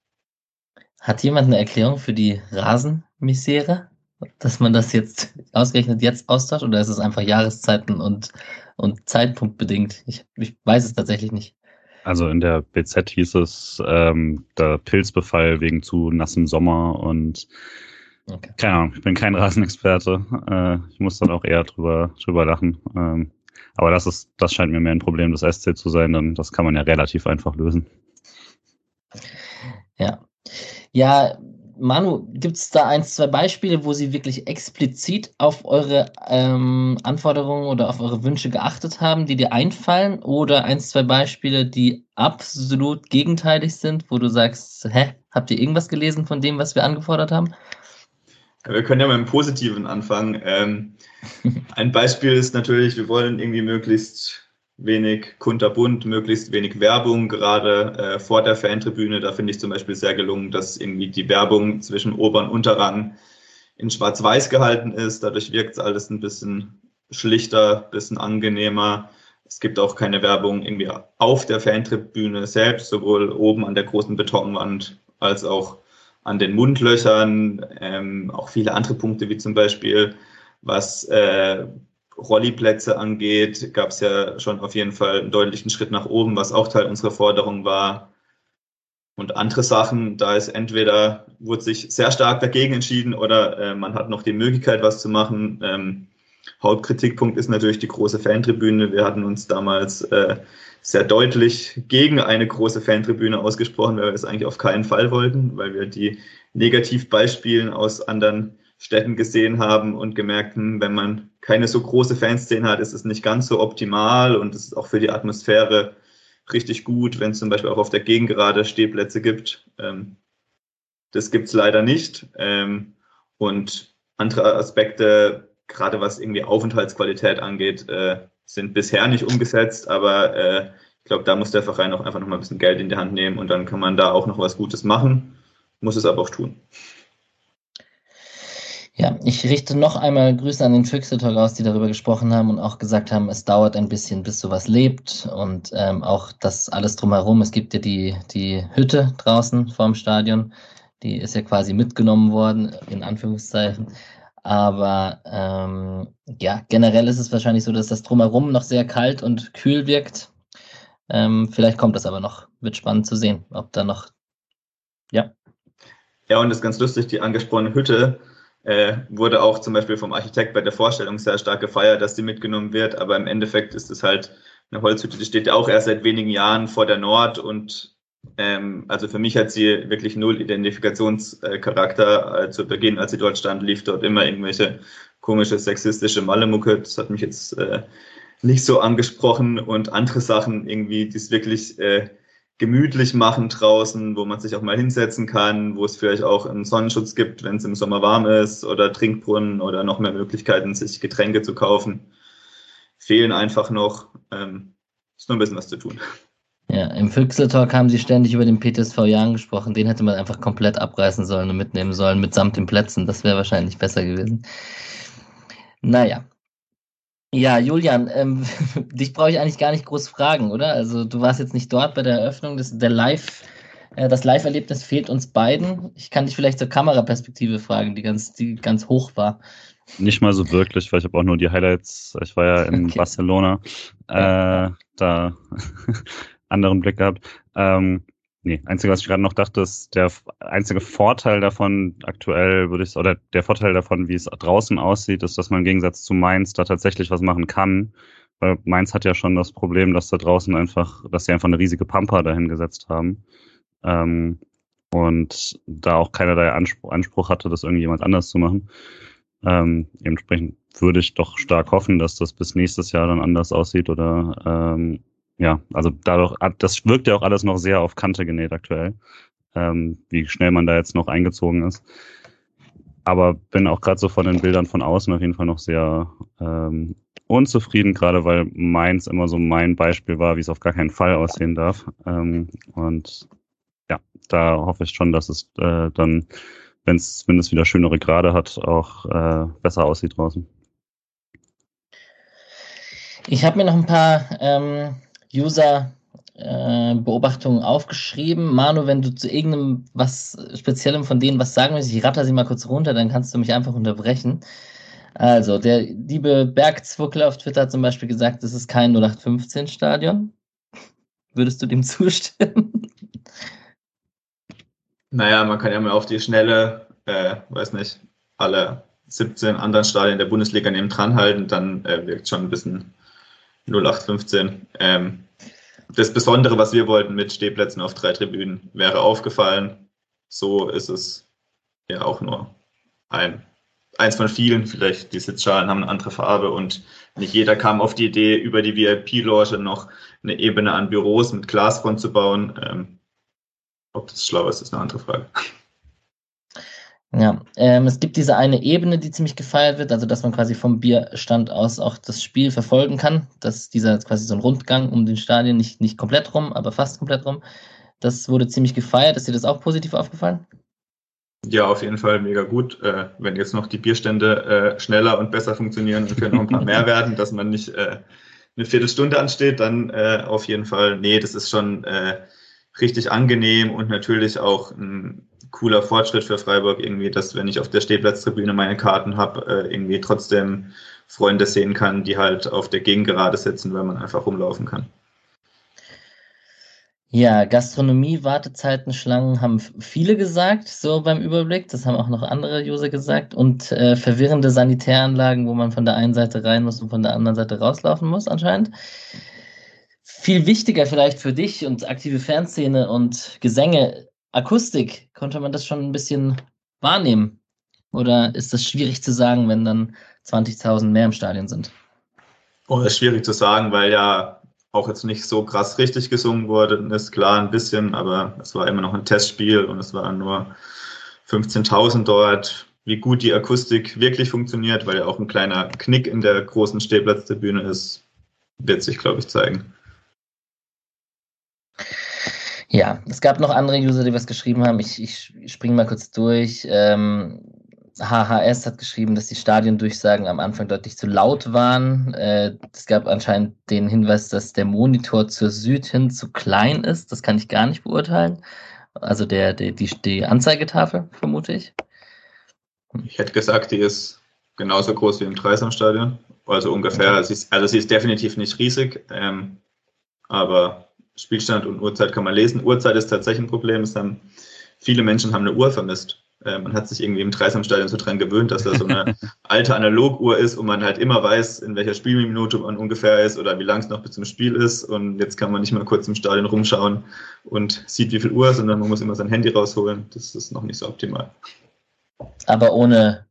Hat jemand eine Erklärung für die Rasenmisere, dass man das jetzt ausgerechnet jetzt austauscht oder ist es einfach Jahreszeiten und, und Zeitpunkt bedingt? Ich, ich weiß es tatsächlich nicht. Also in der B Z hieß es, ähm, der Pilzbefall wegen zu nassem Sommer und okay. Keine Ahnung, ich bin kein Rasenexperte. Äh, ich muss dann auch eher drüber, drüber lachen. Ähm, aber das ist, das scheint mir mehr ein Problem des S C zu sein, denn das kann man ja relativ einfach lösen. Ja. Ja, Manu, gibt es da ein, zwei Beispiele, wo Sie wirklich explizit auf eure ähm, Anforderungen oder auf eure Wünsche geachtet haben, die dir einfallen? Oder ein, zwei Beispiele, die absolut gegenteilig sind, wo du sagst, hä, habt ihr irgendwas gelesen von dem, was wir angefordert haben? Wir können ja mal im Positiven anfangen. Ähm, ein Beispiel ist natürlich, wir wollen irgendwie möglichst wenig kunterbunt, möglichst wenig Werbung, gerade äh, vor der Fantribüne. Da finde ich zum Beispiel sehr gelungen, dass irgendwie die Werbung zwischen Ober- und Unterrang in Schwarz-Weiß gehalten ist. Dadurch wirkt es alles ein bisschen schlichter, ein bisschen angenehmer. Es gibt auch keine Werbung irgendwie auf der Fantribüne selbst, sowohl oben an der großen Betonwand als auch an den Mundlöchern. Ähm, auch viele andere Punkte, wie zum Beispiel was äh, Rolliplätze angeht, gab es ja schon auf jeden Fall einen deutlichen Schritt nach oben, was auch Teil unserer Forderung war. Und andere Sachen, da ist entweder, wurde sich sehr stark dagegen entschieden oder äh, man hat noch die Möglichkeit, was zu machen. Ähm, Hauptkritikpunkt ist natürlich die große Fantribüne. Wir hatten uns damals äh, sehr deutlich gegen eine große Fantribüne ausgesprochen, weil wir es eigentlich auf keinen Fall wollten, weil wir die Negativbeispiele aus anderen Städten gesehen haben und gemerkt, wenn man keine so große Fanszene hat, ist es nicht ganz so optimal und es ist auch für die Atmosphäre richtig gut, wenn es zum Beispiel auch auf der Gegengerade Stehplätze gibt. Ähm, das gibt es leider nicht. Ähm, und andere Aspekte, gerade was irgendwie Aufenthaltsqualität angeht, äh, sind bisher nicht umgesetzt, aber äh, ich glaube, da muss der Verein auch einfach noch mal ein bisschen Geld in die Hand nehmen und dann kann man da auch noch was Gutes machen, muss es aber auch tun. Ja, ich richte noch einmal Grüße an den Füchse-Talk aus, die darüber gesprochen haben und auch gesagt haben, es dauert ein bisschen, bis sowas lebt und ähm, auch das alles drumherum. Es gibt ja die, die Hütte draußen vorm Stadion, die ist ja quasi mitgenommen worden, in Anführungszeichen. Aber ähm, ja, generell ist es wahrscheinlich so, dass das drumherum noch sehr kalt und kühl wirkt. Ähm, vielleicht kommt das aber noch. Wird spannend zu sehen, ob da noch, ja. Ja, und das ist ganz lustig, die angesprochene Hütte äh, wurde auch zum Beispiel vom Architekt bei der Vorstellung sehr stark gefeiert, dass die mitgenommen wird, aber im Endeffekt ist es halt eine Holzhütte, die steht ja auch erst seit wenigen Jahren vor der Nord und Ähm, also für mich hat sie wirklich null Identifikationscharakter. Äh, zu Beginn, als sie dort stand, lief dort immer irgendwelche komische sexistische Malemucke. Das hat mich jetzt äh, nicht so angesprochen und andere Sachen irgendwie, die es wirklich äh, gemütlich machen draußen, wo man sich auch mal hinsetzen kann, wo es vielleicht auch einen Sonnenschutz gibt, wenn es im Sommer warm ist oder Trinkbrunnen oder noch mehr Möglichkeiten, sich Getränke zu kaufen. Fehlen einfach noch. Ähm, ist noch ein bisschen was zu tun. Ja, im Füchsle-Talk haben sie ständig über den P T S V Jahren gesprochen. Den hätte man einfach komplett abreißen sollen und mitnehmen sollen, mitsamt den Plätzen. Das wäre wahrscheinlich besser gewesen. Naja. Ja, Julian, ähm, dich brauche ich eigentlich gar nicht groß fragen, oder? Also du warst jetzt nicht dort bei der Eröffnung. Das, der Live, äh, das Live-Erlebnis fehlt uns beiden. Ich kann dich vielleicht zur Kameraperspektive fragen, die ganz, die ganz hoch war. Nicht mal so wirklich, weil ich habe auch nur die Highlights. Ich war ja in okay. Barcelona, äh, ja. da anderen Blick gehabt. Ähm, nee, einzige, was ich gerade noch dachte, ist der einzige Vorteil davon aktuell, würde ich, oder der Vorteil davon, wie es draußen aussieht, ist, dass man im Gegensatz zu Mainz da tatsächlich was machen kann. Weil Mainz hat ja schon das Problem, dass da draußen einfach, dass sie einfach eine riesige Pampa dahingesetzt haben. Ähm, und da auch keinerlei Anspruch, Anspruch hatte, das irgendjemand anders zu machen. Ähm, dementsprechend würde ich doch stark hoffen, dass das bis nächstes Jahr dann anders aussieht oder ähm, ja, also dadurch, das wirkt ja auch alles noch sehr auf Kante genäht aktuell, ähm, wie schnell man da jetzt noch eingezogen ist. Aber bin auch gerade so von den Bildern von außen auf jeden Fall noch sehr ähm, unzufrieden, gerade weil Mainz immer so mein Beispiel war, wie es auf gar keinen Fall aussehen darf. Ähm, und ja, da hoffe ich schon, dass es äh, dann, wenn es zumindest wieder schönere Grade hat, auch äh, besser aussieht draußen. Ich habe mir noch ein paar ähm, User-Beobachtungen äh, aufgeschrieben. Manu, wenn du zu irgendeinem was Speziellem von denen was sagen willst, ich ratter sie mal kurz runter, dann kannst du mich einfach unterbrechen. Also, der liebe Bergzwuckler auf Twitter hat zum Beispiel gesagt, das ist kein null acht fünfzehn Stadion. Würdest du dem zustimmen? Naja, man kann ja mal auf die Schnelle, äh, weiß nicht, alle siebzehn anderen Stadien der Bundesliga neben dran halten, dann äh, wirkt schon ein bisschen null acht fünfzehn. Ähm, das Besondere, was wir wollten mit Stehplätzen auf drei Tribünen, wäre aufgefallen. So ist es ja auch nur ein, eins von vielen. Vielleicht die Sitzschalen haben eine andere Farbe und nicht jeder kam auf die Idee, über die V I P-Loge noch eine Ebene an Büros mit Glasfront zu bauen. Ähm, ob das schlau ist, ist eine andere Frage. Ja, ähm, es gibt diese eine Ebene, die ziemlich gefeiert wird, also dass man quasi vom Bierstand aus auch das Spiel verfolgen kann. Das ist dieser quasi so ein Rundgang um den Stadion, nicht, nicht komplett rum, aber fast komplett rum. Das wurde ziemlich gefeiert. Ist dir das auch positiv aufgefallen? Ja, auf jeden Fall mega gut. Äh, wenn jetzt noch die Bierstände äh, schneller und besser funktionieren und können noch ein paar mehr werden, dass man nicht äh, eine Viertelstunde ansteht, dann äh, auf jeden Fall. Nee, das ist schon äh, richtig angenehm und natürlich auch ein cooler Fortschritt für Freiburg irgendwie, dass wenn ich auf der Stehplatztribüne meine Karten habe, äh, irgendwie trotzdem Freunde sehen kann, die halt auf der Gegengerade sitzen, weil man einfach rumlaufen kann. Ja, Gastronomie, Wartezeiten, Schlangen haben viele gesagt, so beim Überblick. Das haben auch noch andere User gesagt. Und äh, verwirrende Sanitäranlagen, wo man von der einen Seite rein muss und von der anderen Seite rauslaufen muss, anscheinend. Viel wichtiger vielleicht für dich und aktive Fanszene und Gesänge, Akustik, konnte man das schon ein bisschen wahrnehmen? Oder ist das schwierig zu sagen, wenn dann zwanzigtausend mehr im Stadion sind? Oh, das ist schwierig zu sagen, weil ja auch jetzt nicht so krass richtig gesungen wurde. Ist klar ein bisschen, aber es war immer noch ein Testspiel und es waren nur fünfzehntausend dort. Wie gut die Akustik wirklich funktioniert, weil ja auch ein kleiner Knick in der großen Stehplatztribüne ist, wird sich, glaube ich, zeigen. Ja, es gab noch andere User, die was geschrieben haben. Ich, ich springe mal kurz durch. Ähm, H H S hat geschrieben, dass die Stadiondurchsagen am Anfang deutlich zu laut waren. Äh, es gab anscheinend den Hinweis, dass der Monitor zur Süd hin zu klein ist. Das kann ich gar nicht beurteilen. Also der, der, die, die Anzeigetafel, vermute ich. Ich hätte gesagt, die ist genauso groß wie im Dreisamstadion. Also ungefähr. Okay. Sie ist, also sie ist definitiv nicht riesig, ähm, aber Spielstand und Uhrzeit kann man lesen. Uhrzeit ist tatsächlich ein Problem. Es haben, viele Menschen haben eine Uhr vermisst. Äh, man hat sich irgendwie im Dreisamstadion so dran gewöhnt, dass da so eine alte Analoguhr ist und man halt immer weiß, in welcher Spielminute man ungefähr ist oder wie lang es noch bis zum Spiel ist. Und jetzt kann man nicht mal kurz im Stadion rumschauen und sieht, wie viel Uhr, sondern man muss immer sein Handy rausholen. Das ist noch nicht so optimal. Aber ohne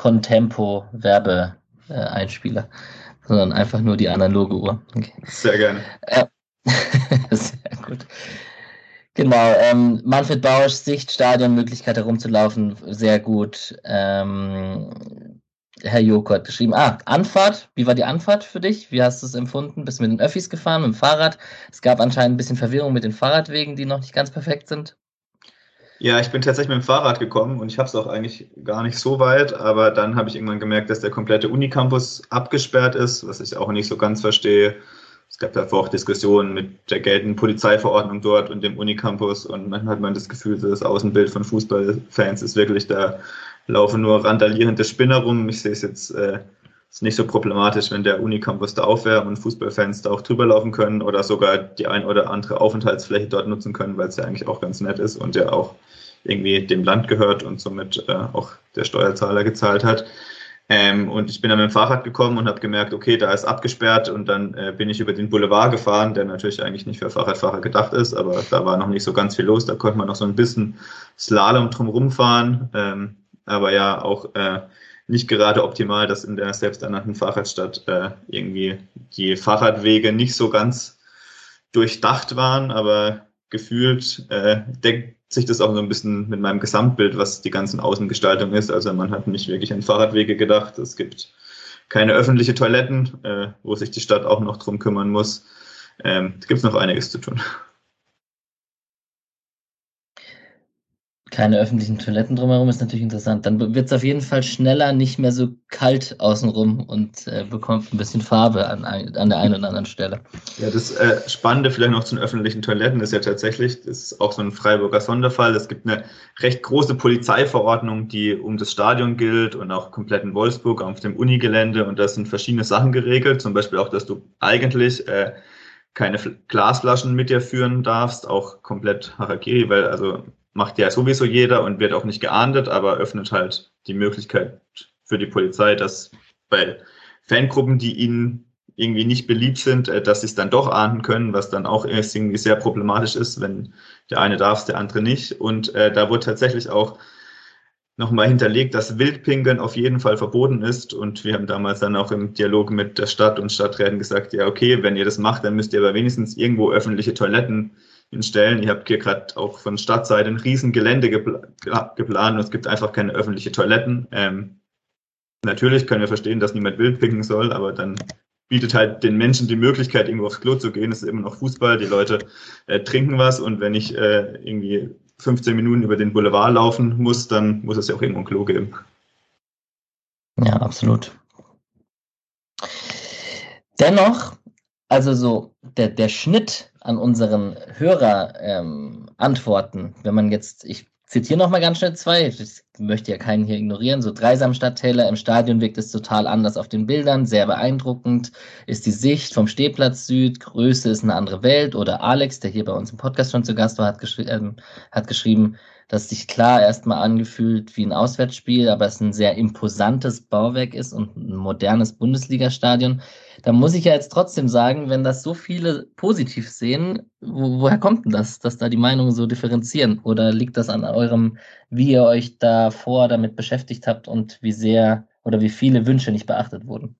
Contempo-Werbe-Einspieler, sondern einfach nur die analoge Uhr. Okay. Sehr gerne. Äh, sehr gut. Genau, ähm, Manfred Bausch, Sicht, Stadion, Möglichkeit herumzulaufen, sehr gut. Ähm, Herr Joko hat geschrieben, ah, Anfahrt, wie war die Anfahrt für dich? Wie hast du es empfunden? Bist du mit den Öffis gefahren, mit dem Fahrrad? Es gab anscheinend ein bisschen Verwirrung mit den Fahrradwegen, die noch nicht ganz perfekt sind. Ja, ich bin tatsächlich mit dem Fahrrad gekommen und ich habe es auch eigentlich gar nicht so weit, aber dann habe ich irgendwann gemerkt, dass der komplette Unicampus abgesperrt ist, was ich auch nicht so ganz verstehe. Es gab davor auch Diskussionen mit der geltenden Polizeiverordnung dort und dem Unicampus und manchmal hat man das Gefühl, das Außenbild von Fußballfans ist wirklich, da laufen nur randalierende Spinner rum. Ich sehe es jetzt äh, ist nicht so problematisch, wenn der Unicampus da auf wäre und Fußballfans da auch drüber laufen können oder sogar die ein oder andere Aufenthaltsfläche dort nutzen können, weil es ja eigentlich auch ganz nett ist und ja auch irgendwie dem Land gehört und somit äh, auch der Steuerzahler gezahlt hat. Ähm, und ich bin dann mit dem Fahrrad gekommen und habe gemerkt, okay, da ist abgesperrt und dann äh, bin ich über den Boulevard gefahren, der natürlich eigentlich nicht für Fahrradfahrer gedacht ist, aber da war noch nicht so ganz viel los, da konnte man noch so ein bisschen Slalom drumherum fahren, ähm, aber ja auch äh, nicht gerade optimal, dass in der selbsternannten Fahrradstadt äh, irgendwie die Fahrradwege nicht so ganz durchdacht waren, aber gefühlt äh, deckt sich das auch so ein bisschen mit meinem Gesamtbild, was die ganzen Außengestaltung ist. Also man hat nicht wirklich an Fahrradwege gedacht. Es gibt keine öffentlichen Toiletten, äh, wo sich die Stadt auch noch drum kümmern muss. Ähm, da gibt es noch einiges zu tun. Keine öffentlichen Toiletten drumherum ist natürlich interessant. Dann wird es auf jeden Fall schneller nicht mehr so kalt außenrum und äh, bekommt ein bisschen Farbe an, an der einen oder anderen Stelle. Ja, das äh, Spannende vielleicht noch zu den öffentlichen Toiletten ist ja tatsächlich, das ist auch so ein Freiburger Sonderfall. Es gibt eine recht große Polizeiverordnung, die um das Stadion gilt und auch komplett in Wolfsburg auf dem Unigelände. Und da sind verschiedene Sachen geregelt, zum Beispiel auch, dass du eigentlich äh, keine Glasflaschen mit dir führen darfst, auch komplett Harakiri, weil also macht ja sowieso jeder und wird auch nicht geahndet, aber öffnet halt die Möglichkeit für die Polizei, dass bei Fangruppen, die ihnen irgendwie nicht beliebt sind, dass sie es dann doch ahnden können, was dann auch irgendwie sehr problematisch ist, wenn der eine darf es, der andere nicht. Und äh, da wurde tatsächlich auch nochmal hinterlegt, dass Wildpinkeln auf jeden Fall verboten ist. Und wir haben damals dann auch im Dialog mit der Stadt und Stadträten gesagt, ja okay, wenn ihr das macht, dann müsst ihr aber wenigstens irgendwo öffentliche Toiletten hinstellen. Ihr habt hier gerade auch von Stadtseite ein riesen Gelände gepl- geplant und es gibt einfach keine öffentlichen Toiletten. Ähm, natürlich können wir verstehen, dass niemand wild pinkeln soll, aber dann bietet halt den Menschen die Möglichkeit, irgendwo aufs Klo zu gehen. Es ist immer noch Fußball, die Leute äh, trinken was und wenn ich äh, irgendwie fünfzehn Minuten über den Boulevard laufen muss, dann muss es ja auch irgendwo ein Klo geben. Ja, absolut. Dennoch, also so der, der Schnitt an unseren Hörer-Antworten, ähm, wenn man jetzt, ich zitiere nochmal ganz schnell zwei, ich möchte ja keinen hier ignorieren, so Dreisamstadttäler, im Stadion wirkt es total anders auf den Bildern, sehr beeindruckend ist die Sicht vom Stehplatz Süd, Größe ist eine andere Welt, oder Alex, der hier bei uns im Podcast schon zu Gast war, hat, geschri- ähm, hat geschrieben, dass sich klar erstmal angefühlt wie ein Auswärtsspiel, aber es ein sehr imposantes Bauwerk ist und ein modernes Bundesliga-Stadion. Da muss ich ja jetzt trotzdem sagen, wenn das so viele positiv sehen, wo, woher kommt denn das, dass da die Meinungen so differenzieren? Oder liegt das an eurem, wie ihr euch davor damit beschäftigt habt und wie sehr oder wie viele Wünsche nicht beachtet wurden?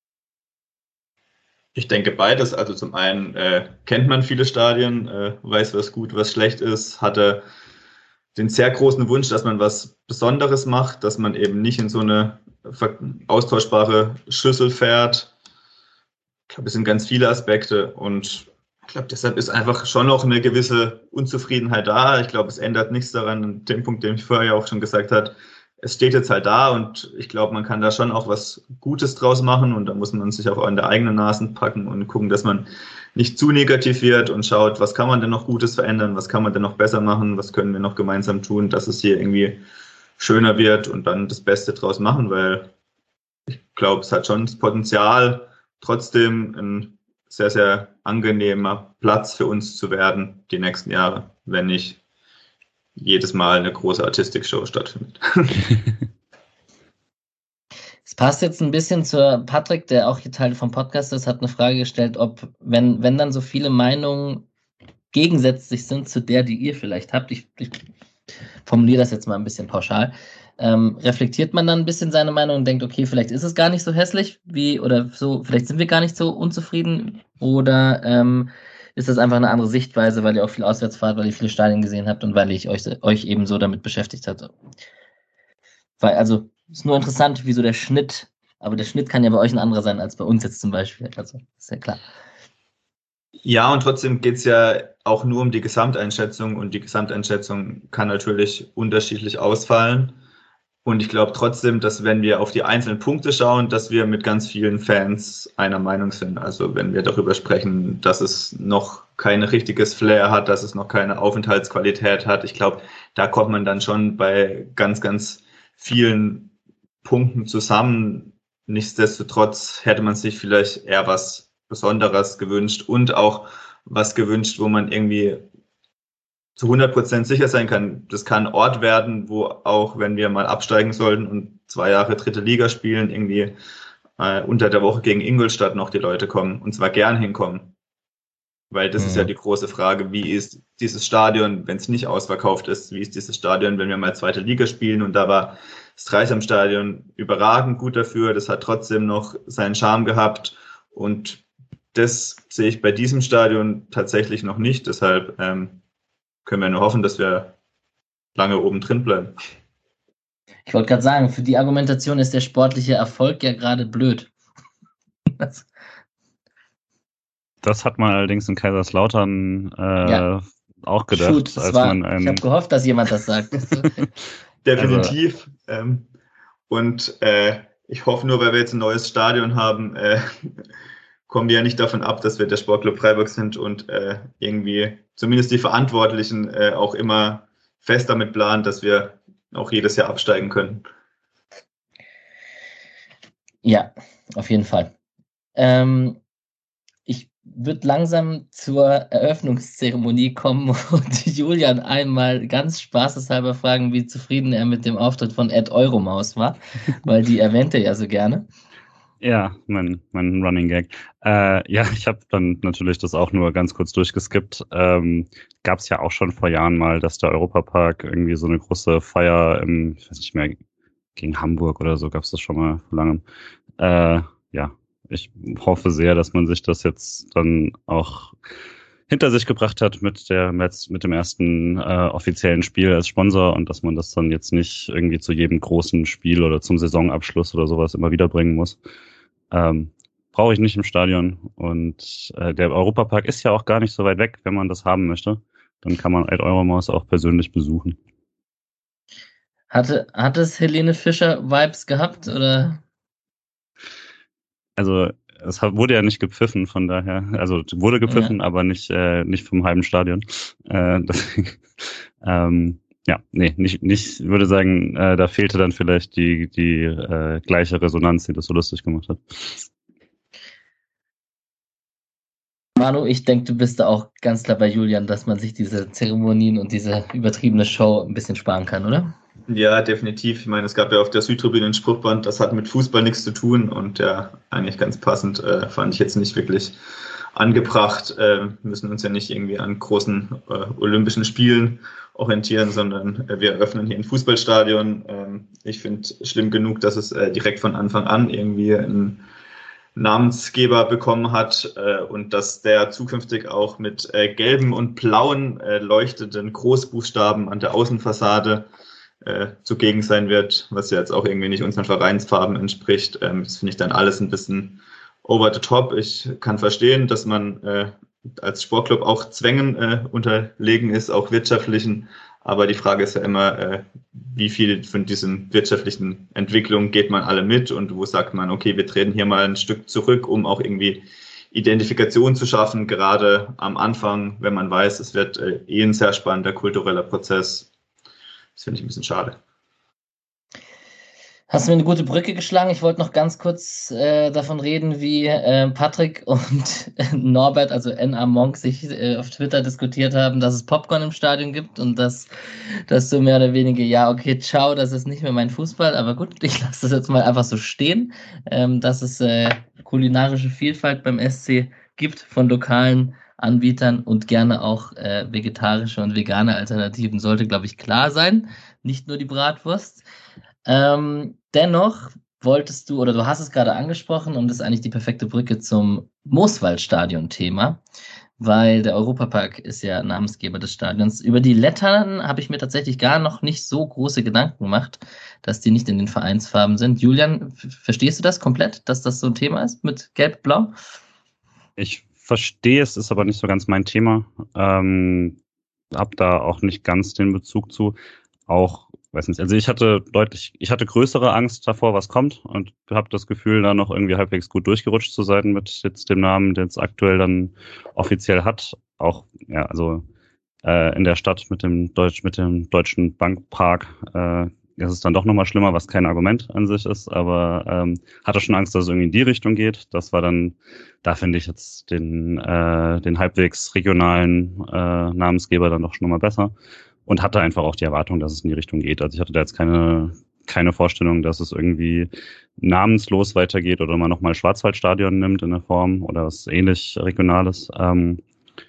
Ich denke beides. Also zum einen äh, kennt man viele Stadien, äh, weiß, was gut, was schlecht ist, hatte den sehr großen Wunsch, dass man was Besonderes macht, dass man eben nicht in so eine austauschbare Schüssel fährt. Ich glaube, es sind ganz viele Aspekte und ich glaube, deshalb ist einfach schon noch eine gewisse Unzufriedenheit da. Ich glaube, es ändert nichts daran, an dem Punkt, den ich vorher ja auch schon gesagt habe. Es steht jetzt halt da und ich glaube, man kann da schon auch was Gutes draus machen und da muss man sich auch an der eigenen Nasen packen und gucken, dass man nicht zu negativ wird und schaut, was kann man denn noch Gutes verändern, was kann man denn noch besser machen, was können wir noch gemeinsam tun, dass es hier irgendwie schöner wird und dann das Beste draus machen, weil ich glaube, es hat schon das Potenzial, trotzdem ein sehr, sehr angenehmer Platz für uns zu werden die nächsten Jahre, wenn nicht jedes Mal eine große Artistik-Show stattfindet. Es passt jetzt ein bisschen zu Patrick, der auch hier Teil vom Podcast ist, hat eine Frage gestellt, ob, wenn, wenn dann so viele Meinungen gegensätzlich sind zu der, die ihr vielleicht habt, ich, ich formuliere das jetzt mal ein bisschen pauschal, ähm, reflektiert man dann ein bisschen seine Meinung und denkt, okay, vielleicht ist es gar nicht so hässlich, wie, oder so, vielleicht sind wir gar nicht so unzufrieden, oder ähm, ist das einfach eine andere Sichtweise, weil ihr auch viel auswärts fahrt, weil ihr viele Stadien gesehen habt und weil ich euch, euch eben so damit beschäftigt hatte. Weil, also, ist nur interessant, wie so der Schnitt, aber der Schnitt kann ja bei euch ein anderer sein als bei uns jetzt zum Beispiel. Also, ist ja klar. Ja, und trotzdem geht es ja auch nur um die Gesamteinschätzung und die Gesamteinschätzung kann natürlich unterschiedlich ausfallen. Und ich glaube trotzdem, dass wenn wir auf die einzelnen Punkte schauen, dass wir mit ganz vielen Fans einer Meinung sind. Also wenn wir darüber sprechen, dass es noch kein richtiges Flair hat, dass es noch keine Aufenthaltsqualität hat. Ich glaube, da kommt man dann schon bei ganz, ganz vielen Punkten zusammen. Nichtsdestotrotz hätte man sich vielleicht eher was Besonderes gewünscht und auch was gewünscht, wo man irgendwie zu hundert Prozent sicher sein kann. Das kann ein Ort werden, wo auch, wenn wir mal absteigen sollten und zwei Jahre dritte Liga spielen, irgendwie äh, unter der Woche gegen Ingolstadt noch die Leute kommen und zwar gern hinkommen. Weil das mhm. ist ja die große Frage, wie ist dieses Stadion, wenn es nicht ausverkauft ist, wie ist dieses Stadion, wenn wir mal zweite Liga spielen, und da war das Dreisam-Stadion überragend gut dafür, das hat trotzdem noch seinen Charme gehabt und das sehe ich bei diesem Stadion tatsächlich noch nicht, deshalb ähm, können wir nur hoffen, dass wir lange oben drin bleiben. Ich wollte gerade sagen, für die Argumentation ist der sportliche Erfolg ja gerade blöd. Das hat man allerdings in Kaiserslautern äh, ja. auch gedacht. Shoot, als war, man ein... Ich habe gehofft, dass jemand das sagt. Definitiv. Also. Ähm, und äh, ich hoffe nur, weil wir jetzt ein neues Stadion haben, äh, kommen wir ja nicht davon ab, dass wir der Sportclub Freiburg sind und äh, irgendwie zumindest die Verantwortlichen äh, auch immer fest damit planen, dass wir auch jedes Jahr absteigen können. Ja, auf jeden Fall. Ähm, ich würde langsam zur Eröffnungszeremonie kommen und Julian einmal ganz spaßeshalber fragen, wie zufrieden er mit dem Auftritt von Ed Euromaus war, weil die erwähnt er ja so gerne. Ja, mein, mein Running Gag. Äh, ja, ich habe dann natürlich das auch nur ganz kurz durchgeskippt. Ähm, Gab es ja auch schon vor Jahren mal, dass der Europapark irgendwie so eine große Feier im, ich weiß nicht mehr, gegen Hamburg oder so, gab es das schon mal vor langem. Äh, ja, ich hoffe sehr, dass man sich das jetzt dann auch hinter sich gebracht hat mit der mit dem ersten äh, offiziellen Spiel als Sponsor und dass man das dann jetzt nicht irgendwie zu jedem großen Spiel oder zum Saisonabschluss oder sowas immer wieder bringen muss. Ähm, brauche ich nicht im Stadion. Und äh, der Europapark ist ja auch gar nicht so weit weg, wenn man das haben möchte. Dann kann man Ed Euromaus auch persönlich besuchen. Hatte, hat es Helene Fischer-Vibes gehabt, oder? Also es wurde ja nicht gepfiffen, von daher, also wurde gepfiffen, ja. aber nicht äh, nicht vom halben Stadion. Äh, deswegen, ähm, ja, nee, nicht, nicht, ich würde sagen, äh, da fehlte dann vielleicht die, die äh, gleiche Resonanz, die das so lustig gemacht hat. Manu, ich denke, du bist da auch ganz klar bei Julian, dass man sich diese Zeremonien und diese übertriebene Show ein bisschen sparen kann, oder? Ja, definitiv. Ich meine, es gab ja auf der Südtribüne ein Spruchband, das hat mit Fußball nichts zu tun und ja, eigentlich ganz passend, äh, fand ich jetzt nicht wirklich angebracht. Äh, müssen uns ja nicht irgendwie an großen äh, Olympischen Spielen orientieren, sondern äh, wir eröffnen hier ein Fußballstadion. Ähm, ich finde schlimm genug, dass es äh, direkt von Anfang an irgendwie einen Namensgeber bekommen hat äh, und dass der zukünftig auch mit äh, gelben und blauen äh, leuchtenden Großbuchstaben an der Außenfassade äh, zugegen sein wird, was ja jetzt auch irgendwie nicht unseren Vereinsfarben entspricht. Ähm, das finde ich dann alles ein bisschen over the top. Ich kann verstehen, dass man äh, als Sportclub auch Zwängen äh, unterlegen ist, auch wirtschaftlichen. Aber die Frage ist ja immer, äh, wie viel von diesen wirtschaftlichen Entwicklungen geht man alle mit und wo sagt man, okay, wir treten hier mal ein Stück zurück, um auch irgendwie Identifikation zu schaffen, gerade am Anfang, wenn man weiß, es wird äh, eh ein sehr spannender kultureller Prozess. Das finde ich ein bisschen schade. Hast du mir eine gute Brücke geschlagen? Ich wollte noch ganz kurz äh, davon reden, wie äh, Patrick und Norbert, also N A Monk, sich äh, auf Twitter diskutiert haben, dass es Popcorn im Stadion gibt und dass, dass du mehr oder weniger, ja, okay, ciao, das ist nicht mehr mein Fußball, aber gut, ich lasse das jetzt mal einfach so stehen, ähm, dass es äh, kulinarische Vielfalt beim S C gibt von lokalen Anbietern und gerne auch äh, vegetarische und vegane Alternativen, sollte, glaube ich, klar sein. Nicht nur die Bratwurst. Ähm, dennoch wolltest du, oder du hast es gerade angesprochen, und das ist eigentlich die perfekte Brücke zum Mooswaldstadion-Thema, weil der Europapark ist ja Namensgeber des Stadions. Über die Lettern habe ich mir tatsächlich gar noch nicht so große Gedanken gemacht, dass die nicht in den Vereinsfarben sind. Julian, f- verstehst du das komplett, dass das so ein Thema ist mit Gelb-Blau? Ich verstehe es, ist aber nicht so ganz mein Thema. Ähm, hab da auch nicht ganz den Bezug zu. Auch, weiß nicht, also ich hatte deutlich, ich hatte größere Angst davor, was kommt und habe das Gefühl, da noch irgendwie halbwegs gut durchgerutscht zu sein mit jetzt dem Namen, den es aktuell dann offiziell hat. Auch, ja, also äh, in der Stadt mit dem Deutsch, mit dem Deutschen Bankpark, äh, ist es dann doch nochmal schlimmer, was kein Argument an sich ist, aber ähm, hatte schon Angst, dass es irgendwie in die Richtung geht. Das war dann, da finde ich jetzt den, äh, den halbwegs regionalen äh, Namensgeber dann doch schon nochmal besser und hatte einfach auch die Erwartung, dass es in die Richtung geht. Also ich hatte da jetzt keine, keine Vorstellung, dass es irgendwie namenslos weitergeht oder man nochmal Schwarzwaldstadion nimmt in der Form oder was ähnlich Regionales. Ähm,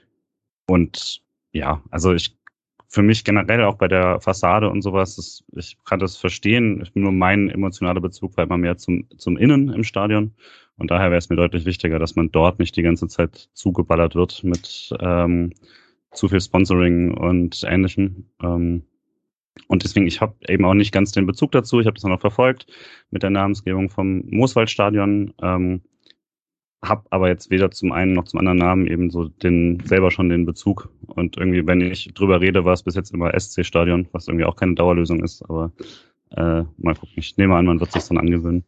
und ja, also ich für mich generell auch bei der Fassade und sowas, das, ich kann das verstehen. Ich, nur mein emotionaler Bezug war immer mehr zum, zum Innen im Stadion. Und daher wäre es mir deutlich wichtiger, dass man dort nicht die ganze Zeit zugeballert wird mit ähm, zu viel Sponsoring und Ähnlichem. Ähm, und deswegen, ich habe eben auch nicht ganz den Bezug dazu. Ich habe das auch noch verfolgt mit der Namensgebung vom Mooswaldstadion. Ähm, hab aber jetzt weder zum einen noch zum anderen Namen eben so den selber schon den Bezug. Und irgendwie, wenn ich drüber rede, war es bis jetzt immer S C-Stadion, was irgendwie auch keine Dauerlösung ist. Aber äh, mal gucken. Ich nehme an, man wird sich dann angewöhnen.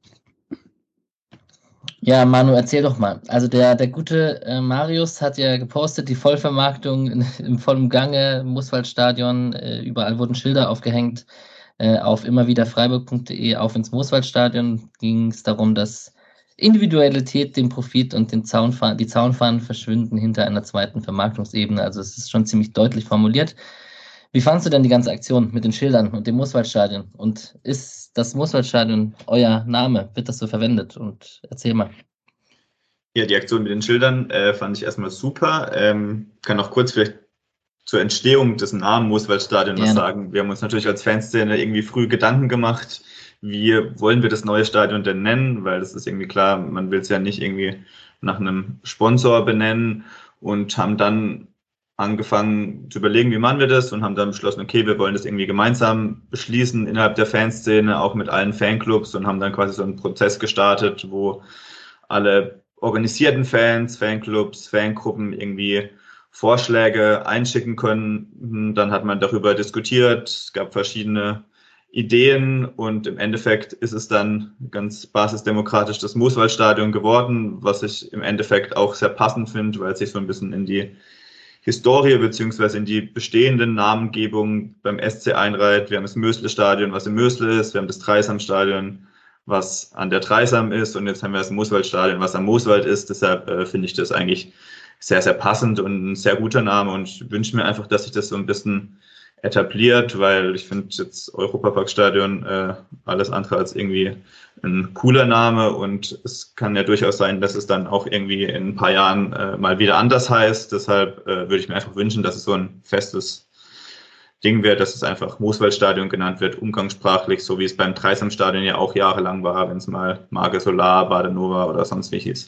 Ja, Manu, erzähl doch mal. Also der, der gute äh, Marius hat ja gepostet, die Vollvermarktung in, im vollen Gange, Mooswaldstadion, äh, überall wurden Schilder aufgehängt. Äh, auf immer wieder freiburg punkt de, auf ins Mooswaldstadion ging es darum, dass Individualität den Profit und den Zaunfahnen, die Zaunfahnen verschwinden hinter einer zweiten Vermarktungsebene. Also es ist schon ziemlich deutlich formuliert. Wie fandst du denn die ganze Aktion mit den Schildern und dem Mooswaldstadion? Und ist das Mooswaldstadion euer Name? Wird das so verwendet? Und erzähl mal. Ja, die Aktion mit den Schildern äh, fand ich erstmal super. Ähm, kann auch kurz vielleicht zur Entstehung des Namen Mooswaldstadion was Gerne. sagen. Wir haben uns natürlich als Fanszene irgendwie früh Gedanken gemacht, wie wollen wir das neue Stadion denn nennen, weil das ist irgendwie klar, man will es ja nicht irgendwie nach einem Sponsor benennen und haben dann angefangen zu überlegen, wie machen wir das und haben dann beschlossen, okay, wir wollen das irgendwie gemeinsam beschließen innerhalb der Fanszene, auch mit allen Fanclubs und haben dann quasi so einen Prozess gestartet, wo alle organisierten Fans, Fanclubs, Fangruppen irgendwie Vorschläge einschicken können. Dann hat man darüber diskutiert, es gab verschiedene Ideen und im Endeffekt ist es dann ganz basisdemokratisch das Mooswaldstadion geworden, was ich im Endeffekt auch sehr passend finde, weil es sich so ein bisschen in die Historie beziehungsweise in die bestehenden Namengebungen beim S C einreiht. Wir haben das Mösle-Stadion, was im Mösle ist, wir haben das Dreisam-Stadion, was an der Dreisam ist und jetzt haben wir das Mooswaldstadion, was am Mooswald ist. Deshalb äh, finde ich das eigentlich sehr, sehr passend und ein sehr guter Name und ich wünsche mir einfach, dass sich das so ein bisschen etabliert, weil ich finde jetzt Europaparkstadion äh, alles andere als irgendwie ein cooler Name und es kann ja durchaus sein, dass es dann auch irgendwie in ein paar Jahren äh, mal wieder anders heißt. Deshalb äh, würde ich mir einfach wünschen, dass es so ein festes Ding wird, dass es einfach Mooswaldstadion genannt wird, umgangssprachlich, so wie es beim Dreisamstadion ja auch jahrelang war, wenn es mal Marke Solar, Badenova oder sonst wie hieß.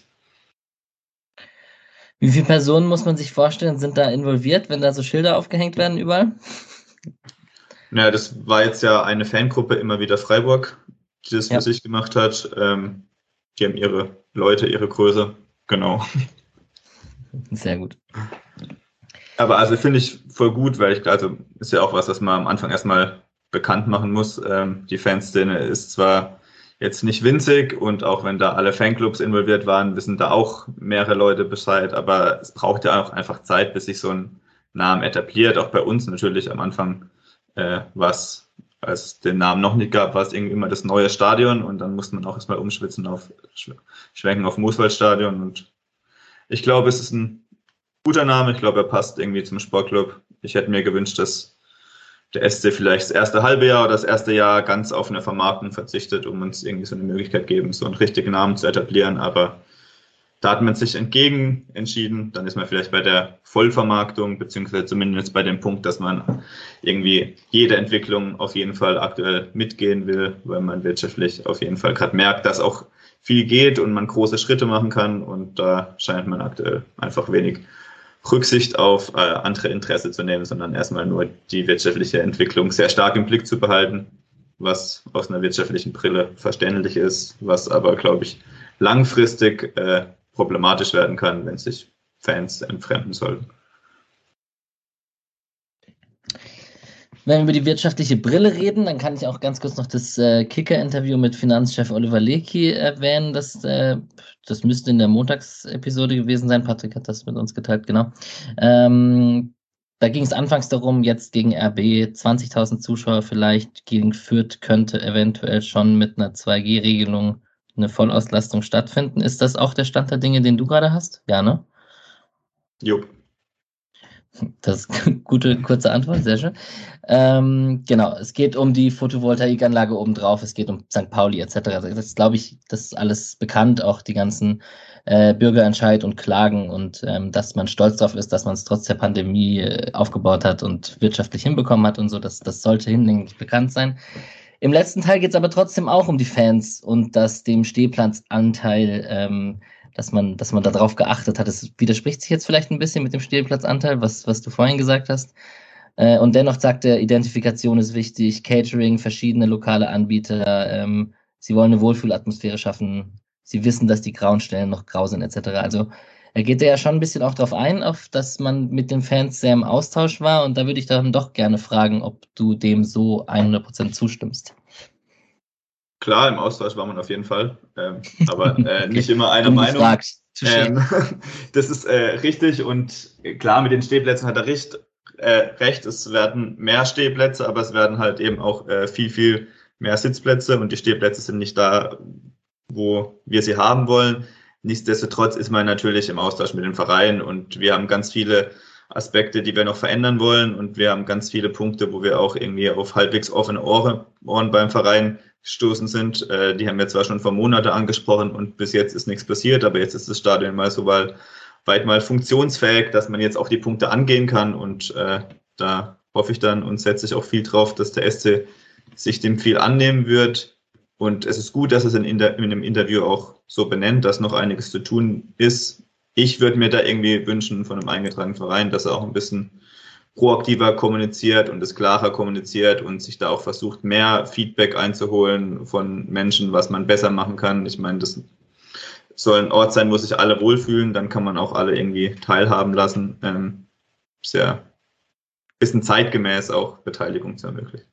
Wie viele Personen muss man sich vorstellen, sind da involviert, wenn da so Schilder aufgehängt werden überall? Naja, das war jetzt ja eine Fangruppe, immer wieder Freiburg, die das Ja. für sich gemacht hat. Ähm, die haben ihre Leute, ihre Größe, genau. Sehr gut. Aber also finde ich voll gut, weil ich, also ist ja auch was, was man am Anfang erstmal bekannt machen muss. Ähm, die Fanszene ist zwar jetzt nicht winzig und auch wenn da alle Fanclubs involviert waren, wissen da auch mehrere Leute Bescheid, aber es braucht ja auch einfach Zeit, bis sich so ein Name etabliert, auch bei uns natürlich am Anfang äh, war es als es den Namen noch nicht gab, war es irgendwie immer das neue Stadion und dann musste man auch erstmal umschwitzen auf Schwenken auf Mooswaldstadion und ich glaube, es ist ein guter Name. Ich glaube, er passt irgendwie zum Sportclub. Ich hätte mir gewünscht, dass der S C vielleicht das erste halbe Jahr oder das erste Jahr ganz auf eine Vermarktung verzichtet, um uns irgendwie so eine Möglichkeit geben, so einen richtigen Namen zu etablieren. Aber da hat man sich entgegen entschieden. Dann ist man vielleicht bei der Vollvermarktung, beziehungsweise zumindest bei dem Punkt, dass man irgendwie jede Entwicklung auf jeden Fall aktuell mitgehen will, weil man wirtschaftlich auf jeden Fall gerade merkt, dass auch viel geht und man große Schritte machen kann. Und da scheint man aktuell einfach wenig Rücksicht auf äh, andere Interesse zu nehmen, sondern erstmal nur die wirtschaftliche Entwicklung sehr stark im Blick zu behalten, was aus einer wirtschaftlichen Brille verständlich ist, was aber, glaube ich, langfristig äh, problematisch werden kann, wenn sich Fans entfremden sollten. Wenn wir über die wirtschaftliche Brille reden, dann kann ich auch ganz kurz noch das äh, Kicker-Interview mit Finanzchef Oliver Lecky erwähnen. Das, äh, das müsste in der Montagsepisode gewesen sein. Patrick hat das mit uns geteilt, genau. Ähm, da ging es anfangs darum, jetzt gegen R B zwanzigtausend Zuschauer vielleicht, gegen Fürth könnte eventuell schon mit einer zwei G Regelung eine Vollauslastung stattfinden. Ist das auch der Stand der Dinge, den du gerade hast? Ja, ne? Jo. Das ist eine gute, kurze Antwort, sehr schön. Ähm, genau, es geht um die Photovoltaikanlage obendrauf, es geht um Sankt Pauli et cetera. Das ist, glaube ich, das ist alles bekannt, auch die ganzen äh, Bürgerentscheid und Klagen und ähm, dass man stolz darauf ist, dass man es trotz der Pandemie äh, aufgebaut hat und wirtschaftlich hinbekommen hat und so, das, das sollte hinlänglich bekannt sein. Im letzten Teil geht es aber trotzdem auch um die Fans und dass dem Stehplatzanteil ähm, dass man, dass man darauf geachtet hat. Das widerspricht sich jetzt vielleicht ein bisschen mit dem Stehplatzanteil, was, was du vorhin gesagt hast. Äh, und dennoch sagt er, Identifikation ist wichtig, Catering, verschiedene lokale Anbieter, ähm, sie wollen eine Wohlfühlatmosphäre schaffen, sie wissen, dass die grauen Stellen noch grau sind, et cetera. Also er geht ja schon ein bisschen auch darauf ein, auf, dass man mit den Fans sehr im Austausch war. Und da würde ich dann doch gerne fragen, ob du dem so hundert Prozent zustimmst. Klar, im Austausch war man auf jeden Fall, ähm, aber äh, okay. Nicht immer einer Meinung. Ähm, das ist äh, richtig und klar, mit den Stehplätzen hat er recht, äh, recht. Es werden mehr Stehplätze, aber es werden halt eben auch äh, viel, viel mehr Sitzplätze und die Stehplätze sind nicht da, wo wir sie haben wollen. Nichtsdestotrotz ist man natürlich im Austausch mit den Vereinen und wir haben ganz viele Aspekte, die wir noch verändern wollen und wir haben ganz viele Punkte, wo wir auch irgendwie auf halbwegs offene Ohren, Ohren beim Verein gestoßen sind. Äh, die haben wir zwar schon vor Monaten angesprochen und bis jetzt ist nichts passiert, aber jetzt ist das Stadion mal so weit, weit mal funktionsfähig, dass man jetzt auch die Punkte angehen kann und äh, da hoffe ich dann und setze ich auch viel drauf, dass der S C sich dem viel annehmen wird und es ist gut, dass es in, in, der, in einem Interview auch so benennt, dass noch einiges zu tun ist. Ich würde mir da irgendwie wünschen von einem eingetragenen Verein, dass er auch ein bisschen proaktiver kommuniziert und es klarer kommuniziert und sich da auch versucht, mehr Feedback einzuholen von Menschen, was man besser machen kann. Ich meine, das soll ein Ort sein, wo sich alle wohlfühlen, dann kann man auch alle irgendwie teilhaben lassen. Ähm, sehr bisschen zeitgemäß auch Beteiligung zu ermöglichen.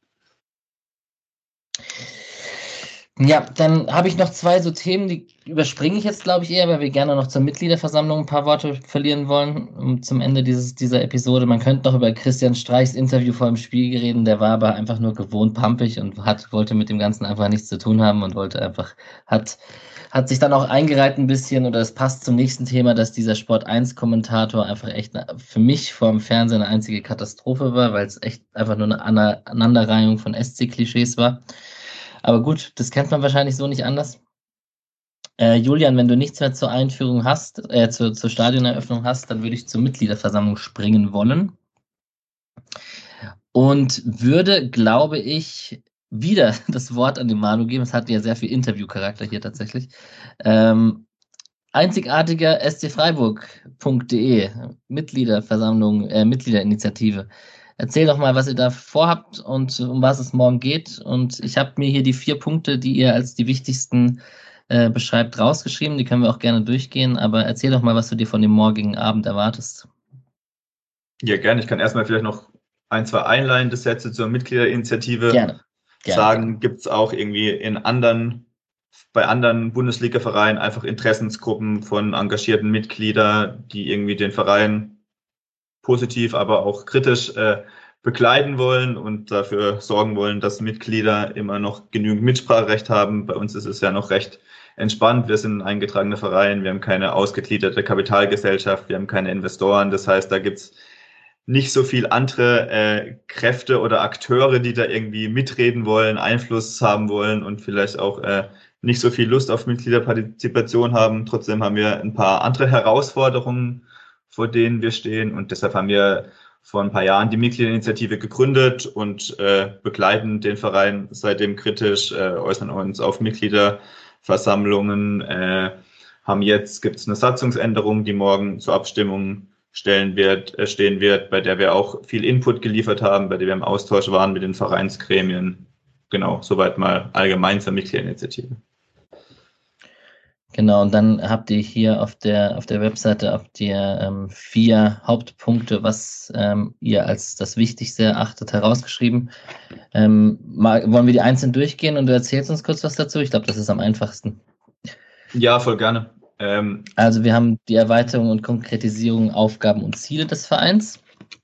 Ja, dann habe ich noch zwei so Themen, die überspringe ich jetzt, glaube ich, eher, weil wir gerne noch zur Mitgliederversammlung ein paar Worte verlieren wollen, um zum Ende dieses, dieser Episode. Man könnte noch über Christian Streichs Interview vor dem Spiel reden, der war aber einfach nur gewohnt pampig und hat, wollte mit dem Ganzen einfach nichts zu tun haben und wollte einfach, hat, hat sich dann auch eingereiht ein bisschen, oder es passt zum nächsten Thema, dass dieser Sport eins Kommentator einfach echt eine, für mich vor dem Fernsehen eine einzige Katastrophe war, weil es echt einfach nur eine Aneinanderreihung von S C-Klischees war. Aber gut, das kennt man wahrscheinlich so nicht anders. Äh, Julian, wenn du nichts mehr zur Einführung hast, äh, zur, zur Stadioneröffnung hast, dann würde ich zur Mitgliederversammlung springen wollen. Und würde, glaube ich, wieder das Wort an den Manu geben. Es hat ja sehr viel Interviewcharakter hier tatsächlich. Ähm, einzigartiger S C Freiburg punkt de, Mitgliederversammlung, äh, Mitgliederinitiative. Erzähl doch mal, was ihr da vorhabt und um was es morgen geht. Und ich habe mir hier die vier Punkte, die ihr als die wichtigsten äh, beschreibt, rausgeschrieben. Die können wir auch gerne durchgehen. Aber erzähl doch mal, was du dir von dem morgigen Abend erwartest. Ja, gerne. Ich kann erstmal vielleicht noch ein, zwei einleitende Sätze zur Mitgliederinitiative gerne. Gerne, sagen. Gibt es auch irgendwie in anderen, bei anderen Bundesliga-Vereinen einfach Interessensgruppen von engagierten Mitgliedern, die irgendwie den Verein positiv, aber auch kritisch äh, bekleiden wollen und dafür sorgen wollen, dass Mitglieder immer noch genügend Mitspracherecht haben. Bei uns ist es ja noch recht entspannt. Wir sind ein eingetragener Verein, wir haben keine ausgegliederte Kapitalgesellschaft, wir haben keine Investoren. Das heißt, da gibt's nicht so viel andere äh, Kräfte oder Akteure, die da irgendwie mitreden wollen, Einfluss haben wollen und vielleicht auch äh, nicht so viel Lust auf Mitgliederpartizipation haben. Trotzdem haben wir ein paar andere Herausforderungen, vor denen wir stehen, und deshalb haben wir vor ein paar Jahren die Mitgliederinitiative gegründet und äh, begleiten den Verein seitdem kritisch, äh, äußern uns auf Mitgliederversammlungen, äh, haben jetzt, gibt es eine Satzungsänderung, die morgen zur Abstimmung stellen wird, äh, stehen wird, bei der wir auch viel Input geliefert haben, bei der wir im Austausch waren mit den Vereinsgremien. Genau, soweit mal allgemein zur Mitgliederinitiative. Genau, und dann habt ihr hier auf der auf der Webseite habt ihr ähm, vier Hauptpunkte, was ähm, ihr als das Wichtigste erachtet, herausgeschrieben. Ähm, mal, wollen wir die einzeln durchgehen und du erzählst uns kurz was dazu? Ich glaube, das ist am einfachsten. Ja, voll gerne. Ähm, also wir haben die Erweiterung und Konkretisierung Aufgaben und Ziele des Vereins.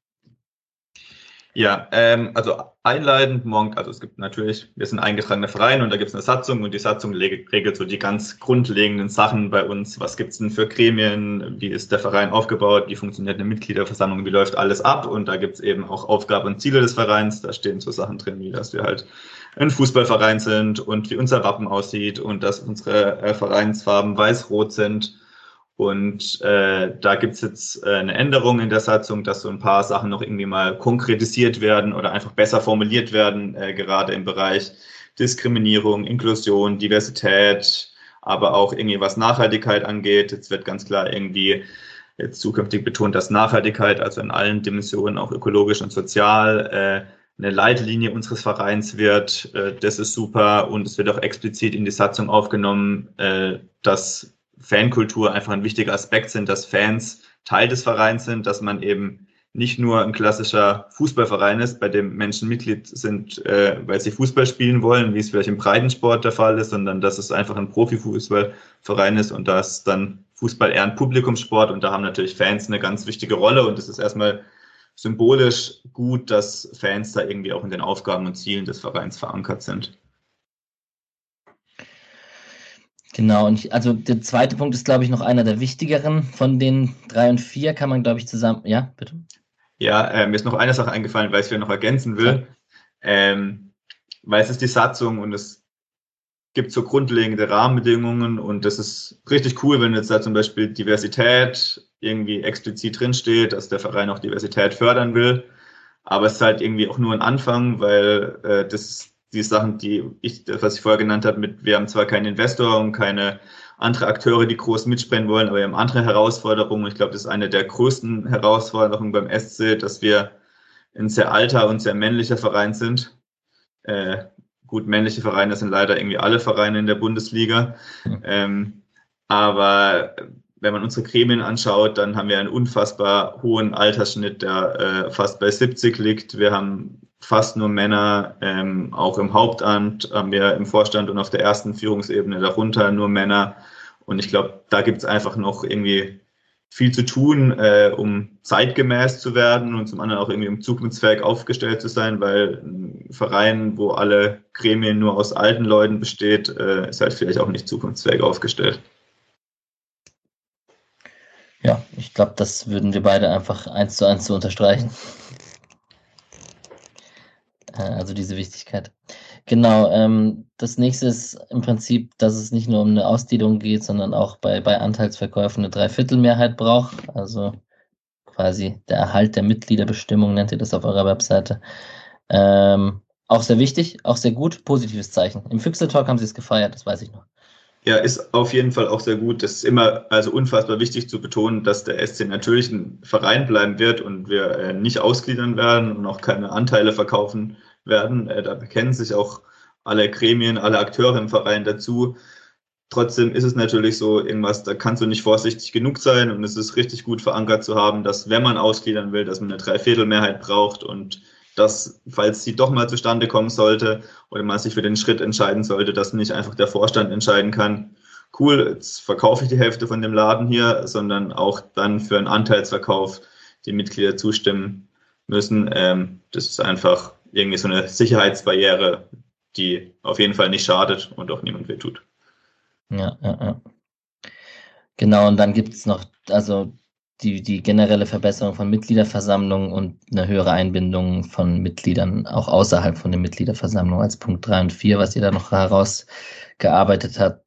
Ja, ähm, also einleitend, morgen, also es gibt natürlich, wir sind ein eingetragener Verein und da gibt es eine Satzung und die Satzung regelt so die ganz grundlegenden Sachen bei uns. Was gibt es denn für Gremien? Wie ist der Verein aufgebaut? Wie funktioniert eine Mitgliederversammlung? Wie läuft alles ab? Und da gibt es eben auch Aufgaben und Ziele des Vereins. Da stehen so Sachen drin, wie dass wir halt ein Fußballverein sind und wie unser Wappen aussieht und dass unsere äh, Vereinsfarben weiß-rot sind. Und äh, da gibt's jetzt äh, eine Änderung in der Satzung, dass so ein paar Sachen noch irgendwie mal konkretisiert werden oder einfach besser formuliert werden, äh, gerade im Bereich Diskriminierung, Inklusion, Diversität, aber auch irgendwie was Nachhaltigkeit angeht. Jetzt wird ganz klar irgendwie jetzt zukünftig betont, dass Nachhaltigkeit, also in allen Dimensionen, auch ökologisch und sozial, äh, eine Leitlinie unseres Vereins wird. Äh, das ist super, und es wird auch explizit in die Satzung aufgenommen, äh, dass Fankultur einfach ein wichtiger Aspekt sind, dass Fans Teil des Vereins sind, dass man eben nicht nur ein klassischer Fußballverein ist, bei dem Menschen Mitglied sind, äh, weil sie Fußball spielen wollen, wie es vielleicht im Breitensport der Fall ist, sondern dass es einfach ein Profifußballverein ist und da ist dann Fußball eher ein Publikumssport, und da haben natürlich Fans eine ganz wichtige Rolle, und es ist erstmal symbolisch gut, dass Fans da irgendwie auch in den Aufgaben und Zielen des Vereins verankert sind. Genau, und ich, also der zweite Punkt ist, glaube ich, noch einer der wichtigeren. Von den drei und vier kann man, glaube ich, zusammen. Ja, bitte. Ja, äh, mir ist noch eine Sache eingefallen, weil ich es noch ergänzen will. Ähm, weil es ist die Satzung und es gibt so grundlegende Rahmenbedingungen, und das ist richtig cool, wenn jetzt da zum Beispiel Diversität irgendwie explizit drinsteht, dass der Verein auch Diversität fördern will. Aber es ist halt irgendwie auch nur ein Anfang, weil äh, das die Sachen, die ich, was ich vorher genannt habe, mit, wir haben zwar keinen Investor und keine andere Akteure, die groß mitspringen wollen, aber wir haben andere Herausforderungen. Ich glaube, das ist eine der größten Herausforderungen beim S C, dass wir ein sehr alter und sehr männlicher Verein sind. Äh, gut, männliche Vereine sind leider irgendwie alle Vereine in der Bundesliga. Mhm. Ähm, aber wenn man unsere Gremien anschaut, dann haben wir einen unfassbar hohen Altersschnitt, der äh, fast bei siebzig liegt. Wir haben fast nur Männer, ähm, auch im Hauptamt haben wir im Vorstand und auf der ersten Führungsebene darunter nur Männer. Und ich glaube, da gibt es einfach noch irgendwie viel zu tun, äh, um zeitgemäß zu werden und zum anderen auch irgendwie um zukunftsfähig aufgestellt zu sein, weil ein Verein, wo alle Gremien nur aus alten Leuten besteht, äh, ist halt vielleicht auch nicht zukunftsfähig aufgestellt. Ja, ich glaube, das würden wir beide einfach eins zu eins so unterstreichen. Also diese Wichtigkeit. Genau, ähm, das nächste ist im Prinzip, dass es nicht nur um eine Ausgliederung geht, sondern auch bei, bei Anteilsverkäufen eine Dreiviertelmehrheit braucht. Also quasi der Erhalt der Mitgliederbestimmung, nennt ihr das auf eurer Webseite. Ähm, auch sehr wichtig, auch sehr gut, positives Zeichen. Im Füchsel-Talk haben sie es gefeiert, das weiß ich noch. Ja, ist auf jeden Fall auch sehr gut. Das ist immer also unfassbar wichtig zu betonen, dass der S C natürlich ein Verein bleiben wird und wir äh, nicht ausgliedern werden und auch keine Anteile verkaufen werden. Äh, da bekennen sich auch alle Gremien, alle Akteure im Verein dazu. Trotzdem ist es natürlich so irgendwas, da kannst du nicht vorsichtig genug sein, und es ist richtig gut verankert zu haben, dass wenn man ausgliedern will, dass man eine Dreiviertelmehrheit braucht, und dass, falls sie doch mal zustande kommen sollte oder man sich für den Schritt entscheiden sollte, dass nicht einfach der Vorstand entscheiden kann, cool, jetzt verkaufe ich die Hälfte von dem Laden hier, sondern auch dann für einen Anteilsverkauf die Mitglieder zustimmen müssen. Ähm, das ist einfach irgendwie so eine Sicherheitsbarriere, die auf jeden Fall nicht schadet und auch niemand wehtut. Ja, ja, ja. Genau, und dann gibt es noch also die, die generelle Verbesserung von Mitgliederversammlungen und eine höhere Einbindung von Mitgliedern, auch außerhalb von der Mitgliederversammlung als Punkt drei und vier, was ihr da noch herausgearbeitet habt.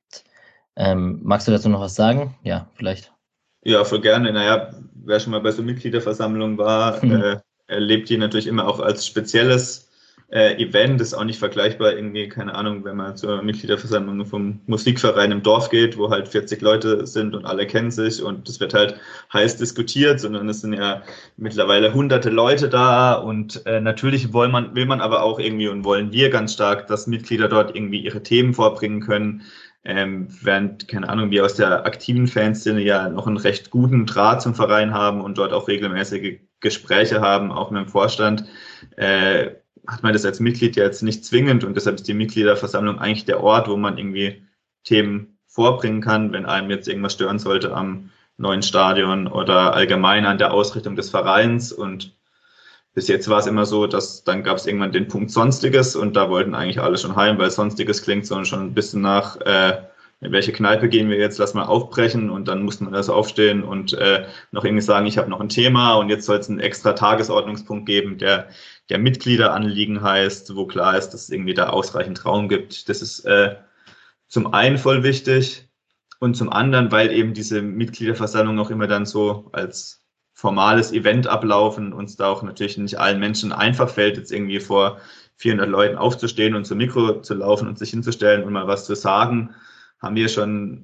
Ähm, magst du dazu noch was sagen? Ja, vielleicht. Ja, voll gerne. Naja, wer schon mal bei so Mitgliederversammlungen war, äh, erlebt die natürlich immer auch als spezielles äh, Event. Ist auch nicht vergleichbar irgendwie, keine Ahnung, wenn man zur Mitgliederversammlung vom Musikverein im Dorf geht, wo halt vierzig Leute sind und alle kennen sich und es wird halt heiß diskutiert, sondern es sind ja mittlerweile hunderte Leute da und äh, natürlich will man, will man aber auch irgendwie und wollen wir ganz stark, dass Mitglieder dort irgendwie ihre Themen vorbringen können. Ähm, während, keine Ahnung, wir aus der aktiven Fanszene ja noch einen recht guten Draht zum Verein haben und dort auch regelmäßige Gespräche haben, auch mit dem Vorstand, äh, hat man das als Mitglied ja jetzt nicht zwingend und deshalb ist die Mitgliederversammlung eigentlich der Ort, wo man irgendwie Themen vorbringen kann, wenn einem jetzt irgendwas stören sollte am neuen Stadion oder allgemein an der Ausrichtung des Vereins. Und bis jetzt war es immer so, dass dann gab es irgendwann den Punkt Sonstiges und da wollten eigentlich alle schon heim, weil Sonstiges klingt so schon ein bisschen nach, äh, in welche Kneipe gehen wir jetzt, lass mal aufbrechen und dann mussten wir das aufstehen und äh, noch irgendwie sagen, ich habe noch ein Thema und jetzt soll es einen extra Tagesordnungspunkt geben, der der Mitgliederanliegen heißt, wo klar ist, dass es irgendwie da ausreichend Raum gibt. Das ist äh, zum einen voll wichtig und zum anderen, weil eben diese Mitgliederversammlung auch immer dann so als formales Event ablaufen, uns da auch natürlich nicht allen Menschen einfach fällt, jetzt irgendwie vor vierhundert Leuten aufzustehen und zum Mikro zu laufen und sich hinzustellen und mal was zu sagen, haben wir schon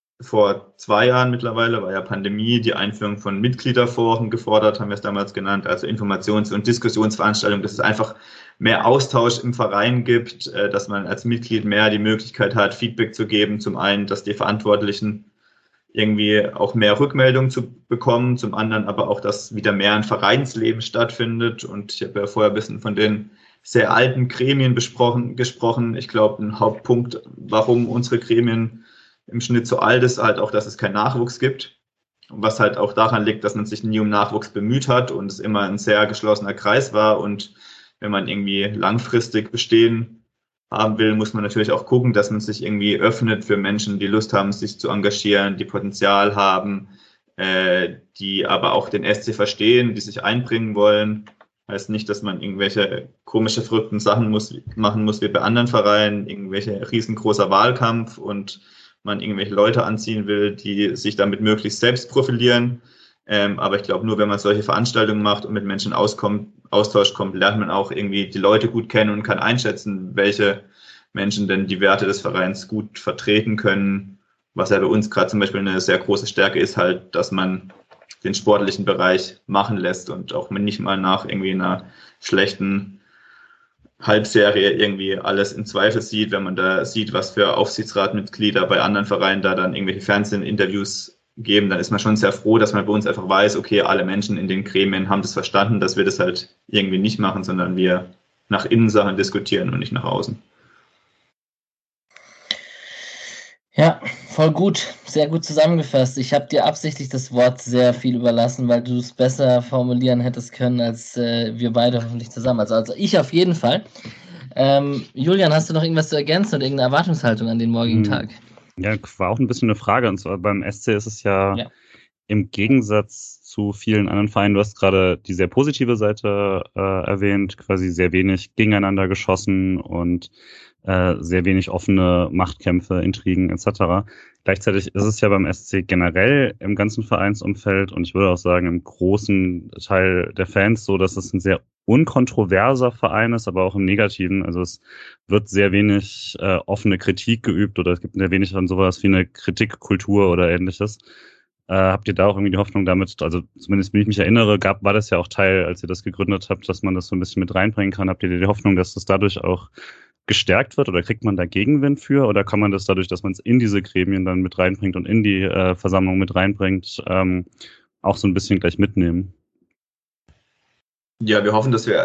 vor zwei Jahren mittlerweile, war ja Pandemie, die Einführung von Mitgliederforen gefordert, haben wir es damals genannt, also Informations- und Diskussionsveranstaltungen, dass es einfach mehr Austausch im Verein gibt, dass man als Mitglied mehr die Möglichkeit hat, Feedback zu geben. Zum einen, dass die Verantwortlichen irgendwie auch mehr Rückmeldungen zu bekommen, zum anderen aber auch, dass wieder mehr ein Vereinsleben stattfindet. Und ich habe ja vorher ein bisschen von den sehr alten Gremien besprochen, gesprochen. Ich glaube, ein Hauptpunkt, warum unsere Gremien im Schnitt so alt ist, halt auch, dass es keinen Nachwuchs gibt. Was halt auch daran liegt, dass man sich nie um Nachwuchs bemüht hat und es immer ein sehr geschlossener Kreis war. Und wenn man irgendwie langfristig bestehen haben will, muss man natürlich auch gucken, dass man sich irgendwie öffnet für Menschen, die Lust haben, sich zu engagieren, die Potenzial haben, äh, die aber auch den S C verstehen, die sich einbringen wollen. Heißt nicht, dass man irgendwelche komische, verrückten Sachen muss, machen muss wie bei anderen Vereinen, irgendwelche riesengroßer Wahlkampf und man irgendwelche Leute anziehen will, die sich damit möglichst selbst profilieren. Ähm, aber ich glaube, nur wenn man solche Veranstaltungen macht und mit Menschen auskommt, Austausch kommt, lernt man auch irgendwie die Leute gut kennen und kann einschätzen, welche Menschen denn die Werte des Vereins gut vertreten können. Was ja bei uns gerade zum Beispiel eine sehr große Stärke ist, halt, dass man den sportlichen Bereich machen lässt und auch nicht mal nach irgendwie einer schlechten Halbserie irgendwie alles in Zweifel sieht, wenn man da sieht, was für Aufsichtsratmitglieder bei anderen Vereinen da dann irgendwelche Fernsehinterviews geben, dann ist man schon sehr froh, dass man bei uns einfach weiß, okay, alle Menschen in den Gremien haben das verstanden, dass wir das halt irgendwie nicht machen, sondern wir nach innen Sachen diskutieren und nicht nach außen. Ja, voll gut, sehr gut zusammengefasst. Ich habe dir absichtlich das Wort sehr viel überlassen, weil du es besser formulieren hättest können als äh, wir beide hoffentlich zusammen. Also, also ich auf jeden Fall. Ähm, Julian, hast du noch irgendwas zu ergänzen oder irgendeine Erwartungshaltung an den morgigen Hm, Tag? Ja, war auch ein bisschen eine Frage. Und zwar beim S C ist es ja, Ja. im Gegensatz zu vielen anderen Vereinen, du hast gerade die sehr positive Seite äh, erwähnt, quasi sehr wenig gegeneinander geschossen und äh, sehr wenig offene Machtkämpfe, Intrigen et cetera. Gleichzeitig ist es ja beim S C generell im ganzen Vereinsumfeld und ich würde auch sagen im großen Teil der Fans so, dass es ein sehr unkontroverser Verein ist, aber auch im Negativen. Also es wird sehr wenig äh, offene Kritik geübt oder es gibt sehr wenig an sowas wie eine Kritikkultur oder ähnliches. Äh, habt ihr da auch irgendwie die Hoffnung damit, also zumindest wenn ich mich erinnere, gab, war das ja auch Teil, als ihr das gegründet habt, dass man das so ein bisschen mit reinbringen kann. Habt ihr die Hoffnung, dass das dadurch auch gestärkt wird oder kriegt man da Gegenwind für oder kann man das dadurch, dass man es in diese Gremien dann mit reinbringt und in die äh, Versammlung mit reinbringt, ähm, auch so ein bisschen gleich mitnehmen? Ja, wir hoffen, dass wir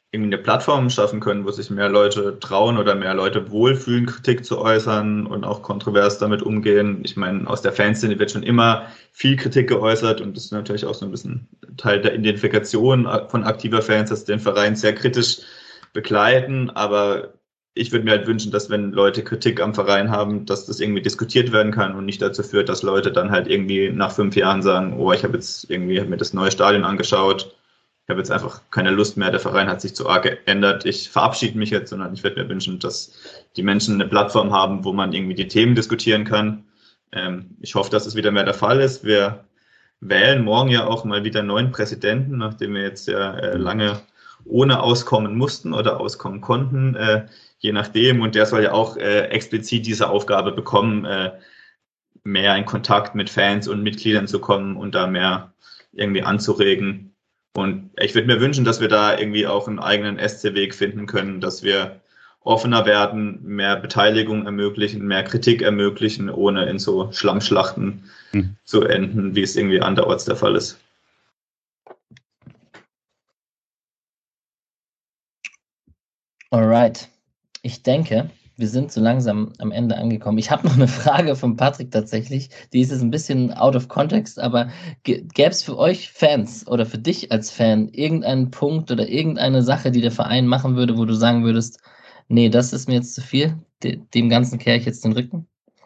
irgendwie eine Plattform schaffen können, wo sich mehr Leute trauen oder mehr Leute wohlfühlen, Kritik zu äußern und auch kontrovers damit umgehen. Ich meine, aus der Fanszene wird schon immer viel Kritik geäußert und das ist natürlich auch so ein bisschen Teil der Identifikation von aktiver Fans, dass sie den Verein sehr kritisch begleiten, aber ich würde mir halt wünschen, dass wenn Leute Kritik am Verein haben, dass das irgendwie diskutiert werden kann und nicht dazu führt, dass Leute dann halt irgendwie nach fünf Jahren sagen, oh, ich habe jetzt irgendwie hab mir das neue Stadion angeschaut, ich habe jetzt einfach keine Lust mehr, der Verein hat sich zu arg geändert, ich verabschiede mich jetzt, sondern ich würde mir wünschen, dass die Menschen eine Plattform haben, wo man irgendwie die Themen diskutieren kann. Ähm, ich hoffe, dass es wieder mehr der Fall ist. Wir wählen morgen ja auch mal wieder einen neuen Präsidenten, nachdem wir jetzt ja äh, lange ohne auskommen mussten oder auskommen konnten, äh, je nachdem. Und der soll ja auch äh, explizit diese Aufgabe bekommen, äh, mehr in Kontakt mit Fans und Mitgliedern zu kommen und da mehr irgendwie anzuregen. Und ich würde mir wünschen, dass wir da irgendwie auch einen eigenen S C-Weg finden können, dass wir offener werden, mehr Beteiligung ermöglichen, mehr Kritik ermöglichen, ohne in so Schlammschlachten mhm. zu enden, wie es irgendwie anderorts der Fall ist. Alright. Ich denke, wir sind so langsam am Ende angekommen. Ich habe noch eine Frage von Patrick tatsächlich. Die ist jetzt ein bisschen out of context, aber gäbe es für euch Fans oder für dich als Fan irgendeinen Punkt oder irgendeine Sache, die der Verein machen würde, wo du sagen würdest, nee, das ist mir jetzt zu viel, dem Ganzen kehre ich jetzt den Rücken?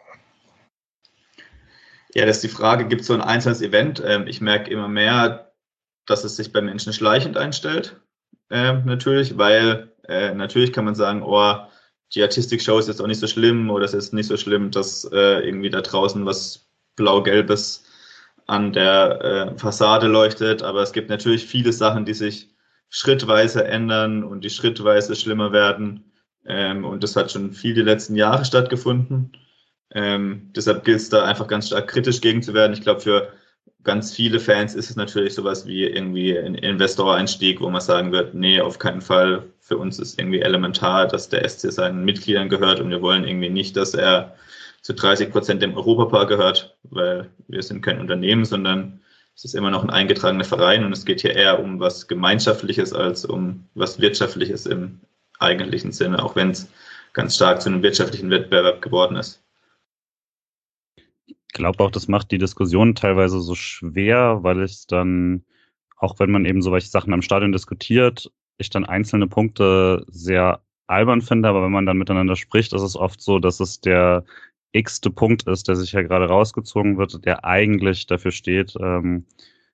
Ja, das ist die Frage, gibt es so ein einzelnes Event? Ich merke immer mehr, dass es sich bei Menschen schleichend einstellt, natürlich, weil natürlich kann man sagen, oh, die Artistik-Show ist jetzt auch nicht so schlimm oder es ist nicht so schlimm, dass äh, irgendwie da draußen was Blau-Gelbes an der äh, Fassade leuchtet. Aber es gibt natürlich viele Sachen, die sich schrittweise ändern und die schrittweise schlimmer werden. Ähm, und das hat schon viel die letzten Jahre stattgefunden. Ähm, deshalb gilt es da einfach ganz stark kritisch gegen zu werden. Ich glaube, für ganz viele Fans ist es natürlich sowas wie irgendwie ein Investoreinstieg, wo man sagen wird, nee, auf keinen Fall. Für uns ist irgendwie elementar, dass der S C seinen Mitgliedern gehört und wir wollen irgendwie nicht, dass er zu dreißig Prozent dem Europapark gehört, weil wir sind kein Unternehmen, sondern es ist immer noch ein eingetragener Verein und es geht hier eher um was Gemeinschaftliches als um was Wirtschaftliches im eigentlichen Sinne, auch wenn es ganz stark zu einem wirtschaftlichen Wettbewerb geworden ist. Ich glaube auch, das macht die Diskussion teilweise so schwer, weil es dann, auch wenn man eben so welche Sachen am Stadion diskutiert, ich dann einzelne Punkte sehr albern finde, aber wenn man dann miteinander spricht, ist es oft so, dass es der x-te Punkt ist, der sich ja gerade rausgezogen wird, der eigentlich dafür steht, ähm,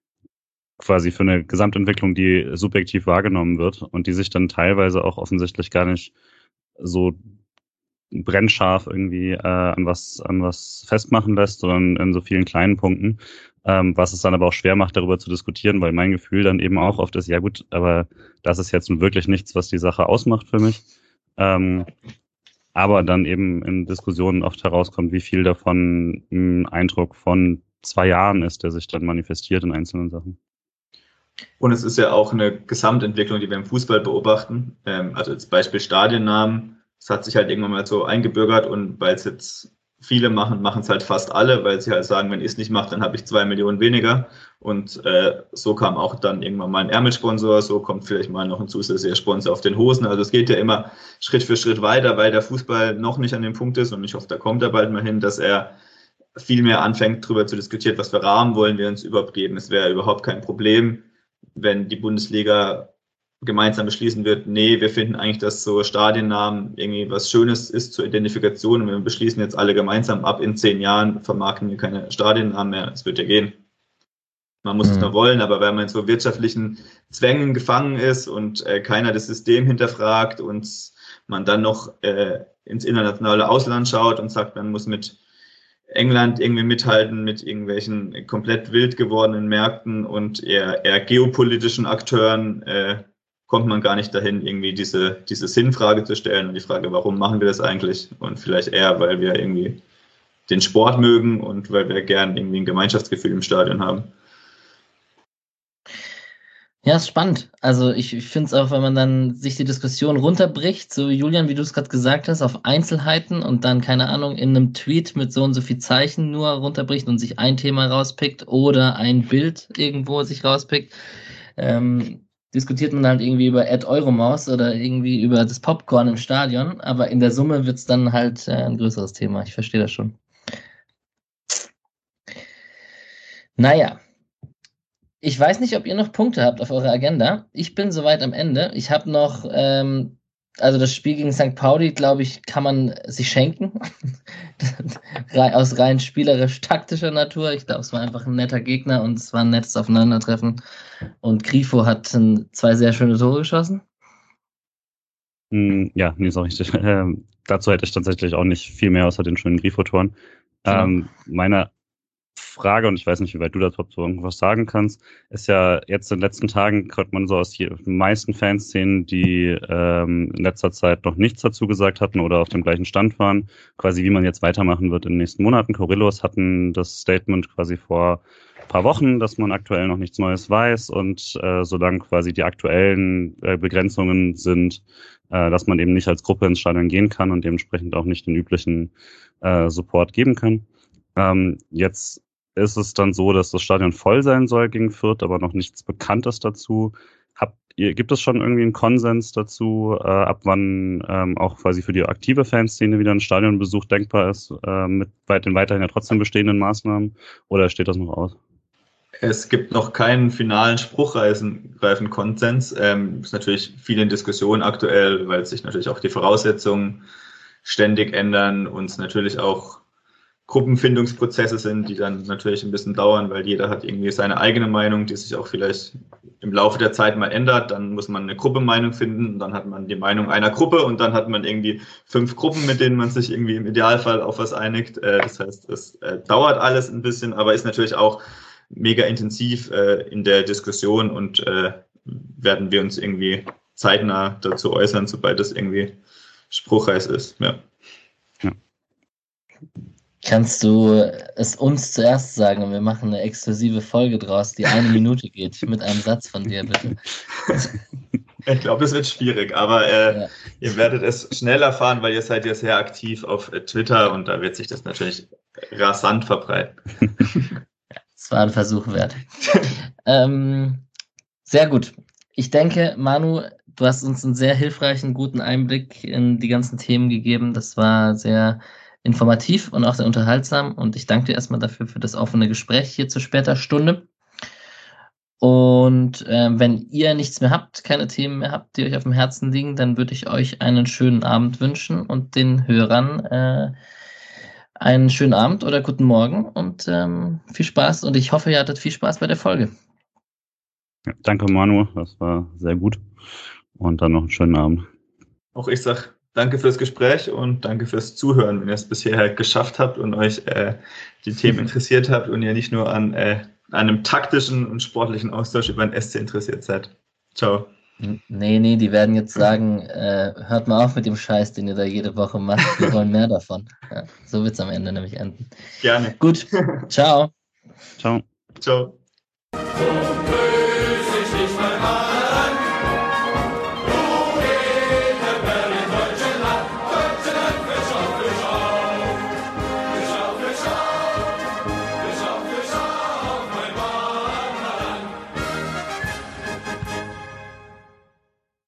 quasi für eine Gesamtentwicklung, die subjektiv wahrgenommen wird und die sich dann teilweise auch offensichtlich gar nicht so brennscharf irgendwie äh, an was an was festmachen lässt, sondern in so vielen kleinen Punkten, ähm, was es dann aber auch schwer macht, darüber zu diskutieren, weil mein Gefühl dann eben auch oft ist, ja gut, aber das ist jetzt nun wirklich nichts, was die Sache ausmacht für mich. Ähm, aber dann eben in Diskussionen oft herauskommt, wie viel davon ein Eindruck von zwei Jahren ist, der sich dann manifestiert in einzelnen Sachen. Und es ist ja auch eine Gesamtentwicklung, die wir im Fußball beobachten. Ähm, also als Beispiel Stadionnamen. Es hat sich halt irgendwann mal so eingebürgert und weil es jetzt viele machen, machen es halt fast alle, weil sie halt sagen, wenn ich es nicht mache, dann habe ich zwei Millionen weniger. Und äh, so kam auch dann irgendwann mal ein Ärmelsponsor, so kommt vielleicht mal noch ein zusätzlicher Sponsor auf den Hosen. Also es geht ja immer Schritt für Schritt weiter, weil der Fußball noch nicht an dem Punkt ist und ich hoffe, da kommt er bald mal hin, dass er viel mehr anfängt, darüber zu diskutieren, was für Rahmen wollen wir uns überhaupt geben. Es wäre überhaupt kein Problem, wenn die Bundesliga gemeinsam beschließen wird, nee, wir finden eigentlich, dass so Stadionnamen irgendwie was Schönes ist zur Identifikation und wir beschließen jetzt alle gemeinsam, ab in zehn Jahren vermarkten wir keine Stadionnamen mehr. Es wird ja gehen. Man muss mhm. es nur wollen, aber wenn man in so wirtschaftlichen Zwängen gefangen ist und äh, keiner das System hinterfragt und man dann noch äh, ins internationale Ausland schaut und sagt, man muss mit England irgendwie mithalten mit irgendwelchen komplett wild gewordenen Märkten und eher, eher geopolitischen Akteuren, äh, kommt man gar nicht dahin, irgendwie diese, diese Sinnfrage zu stellen und die Frage, warum machen wir das eigentlich? Und vielleicht eher, weil wir irgendwie den Sport mögen und weil wir gern irgendwie ein Gemeinschaftsgefühl im Stadion haben. Ja, ist spannend. Also ich, ich finde es auch, wenn man dann sich die Diskussion runterbricht, so Julian, wie du es gerade gesagt hast, auf Einzelheiten und dann, keine Ahnung, in einem Tweet mit so und so viel Zeichen nur runterbricht und sich ein Thema rauspickt oder ein Bild irgendwo sich rauspickt, ähm, diskutiert man halt irgendwie über Ad Euromaus oder irgendwie über das Popcorn im Stadion, aber in der Summe wird es dann halt äh, ein größeres Thema. Ich verstehe das schon. Naja, ich weiß nicht, ob ihr noch Punkte habt auf eurer Agenda. Ich bin soweit am Ende. Ich habe noch, ähm, also das Spiel gegen Sankt Pauli, glaube ich, kann man sich schenken. Aus rein spielerisch-taktischer Natur. Ich glaube, es war einfach ein netter Gegner und es war ein nettes Aufeinandertreffen. Und Grifo hat zwei sehr schöne Tore geschossen. Ja, nee, ist auch richtig. Ähm, dazu hätte ich tatsächlich auch nicht viel mehr außer den schönen Grifo-Toren. Genau. Ähm, meine Frage, und ich weiß nicht, wie weit du dazu irgendwas sagen kannst, ist ja jetzt in den letzten Tagen, hört man so aus den meisten Fanszenen, die ähm, in letzter Zeit noch nichts dazu gesagt hatten oder auf dem gleichen Stand waren, quasi wie man jetzt weitermachen wird in den nächsten Monaten. Chorillos hatten das Statement quasi vor ein paar Wochen, dass man aktuell noch nichts Neues weiß und äh, solange quasi die aktuellen äh, Begrenzungen sind, äh, dass man eben nicht als Gruppe ins Stadion gehen kann und dementsprechend auch nicht den üblichen äh, Support geben kann. Ähm, jetzt ist es dann so, dass das Stadion voll sein soll gegen Fürth, aber noch nichts Bekanntes dazu. Habt ihr, gibt es schon irgendwie einen Konsens dazu, äh, ab wann ähm, auch quasi für die aktive Fanszene wieder ein Stadionbesuch denkbar ist, äh, mit weit, den weiterhin ja trotzdem bestehenden Maßnahmen? Oder steht das noch aus? Es gibt noch keinen finalen spruchreifen Konsens. Ähm, ist natürlich viel in Diskussion aktuell, weil sich natürlich auch die Voraussetzungen ständig ändern und es natürlich auch Gruppenfindungsprozesse sind, die dann natürlich ein bisschen dauern, weil jeder hat irgendwie seine eigene Meinung, die sich auch vielleicht im Laufe der Zeit mal ändert. Dann muss man eine Gruppenmeinung finden und dann hat man die Meinung einer Gruppe und dann hat man irgendwie fünf Gruppen, mit denen man sich irgendwie im Idealfall auf was einigt. Das heißt, es dauert alles ein bisschen, aber ist natürlich auch mega intensiv in der Diskussion und werden wir uns irgendwie zeitnah dazu äußern, sobald das irgendwie spruchreif ist. Ja. Ja. Kannst du es uns zuerst sagen und wir machen eine exklusive Folge draus, die eine Minute geht, mit einem Satz von dir, bitte? Ich glaube, es wird schwierig, aber äh, ja. Ihr werdet es schnell erfahren, weil ihr seid ja sehr aktiv auf Twitter und da wird sich das natürlich rasant verbreiten. Es war ein Versuch wert. ähm, sehr gut. Ich denke, Manu, du hast uns einen sehr hilfreichen, guten Einblick in die ganzen Themen gegeben. Das war sehr informativ und auch sehr unterhaltsam und ich danke dir erstmal dafür für das offene Gespräch hier zu später Stunde. Und äh, wenn ihr nichts mehr habt, keine Themen mehr habt, die euch auf dem Herzen liegen, dann würde ich euch einen schönen Abend wünschen und den Hörern äh, einen schönen Abend oder guten Morgen und ähm, viel Spaß und ich hoffe, ihr hattet viel Spaß bei der Folge. Ja, danke Manu, das war sehr gut und dann noch einen schönen Abend. Auch ich sag danke fürs Gespräch und danke fürs Zuhören, wenn ihr es bisher geschafft habt und euch äh, die Themen interessiert habt und ihr nicht nur an äh, einem taktischen und sportlichen Austausch über den S C interessiert seid. Ciao. Nee, nee, die werden jetzt sagen, äh, hört mal auf mit dem Scheiß, den ihr da jede Woche macht. Wir wollen mehr davon. Ja, so wird's am Ende nämlich enden. Gerne. Gut. Ciao. Ciao. Ciao.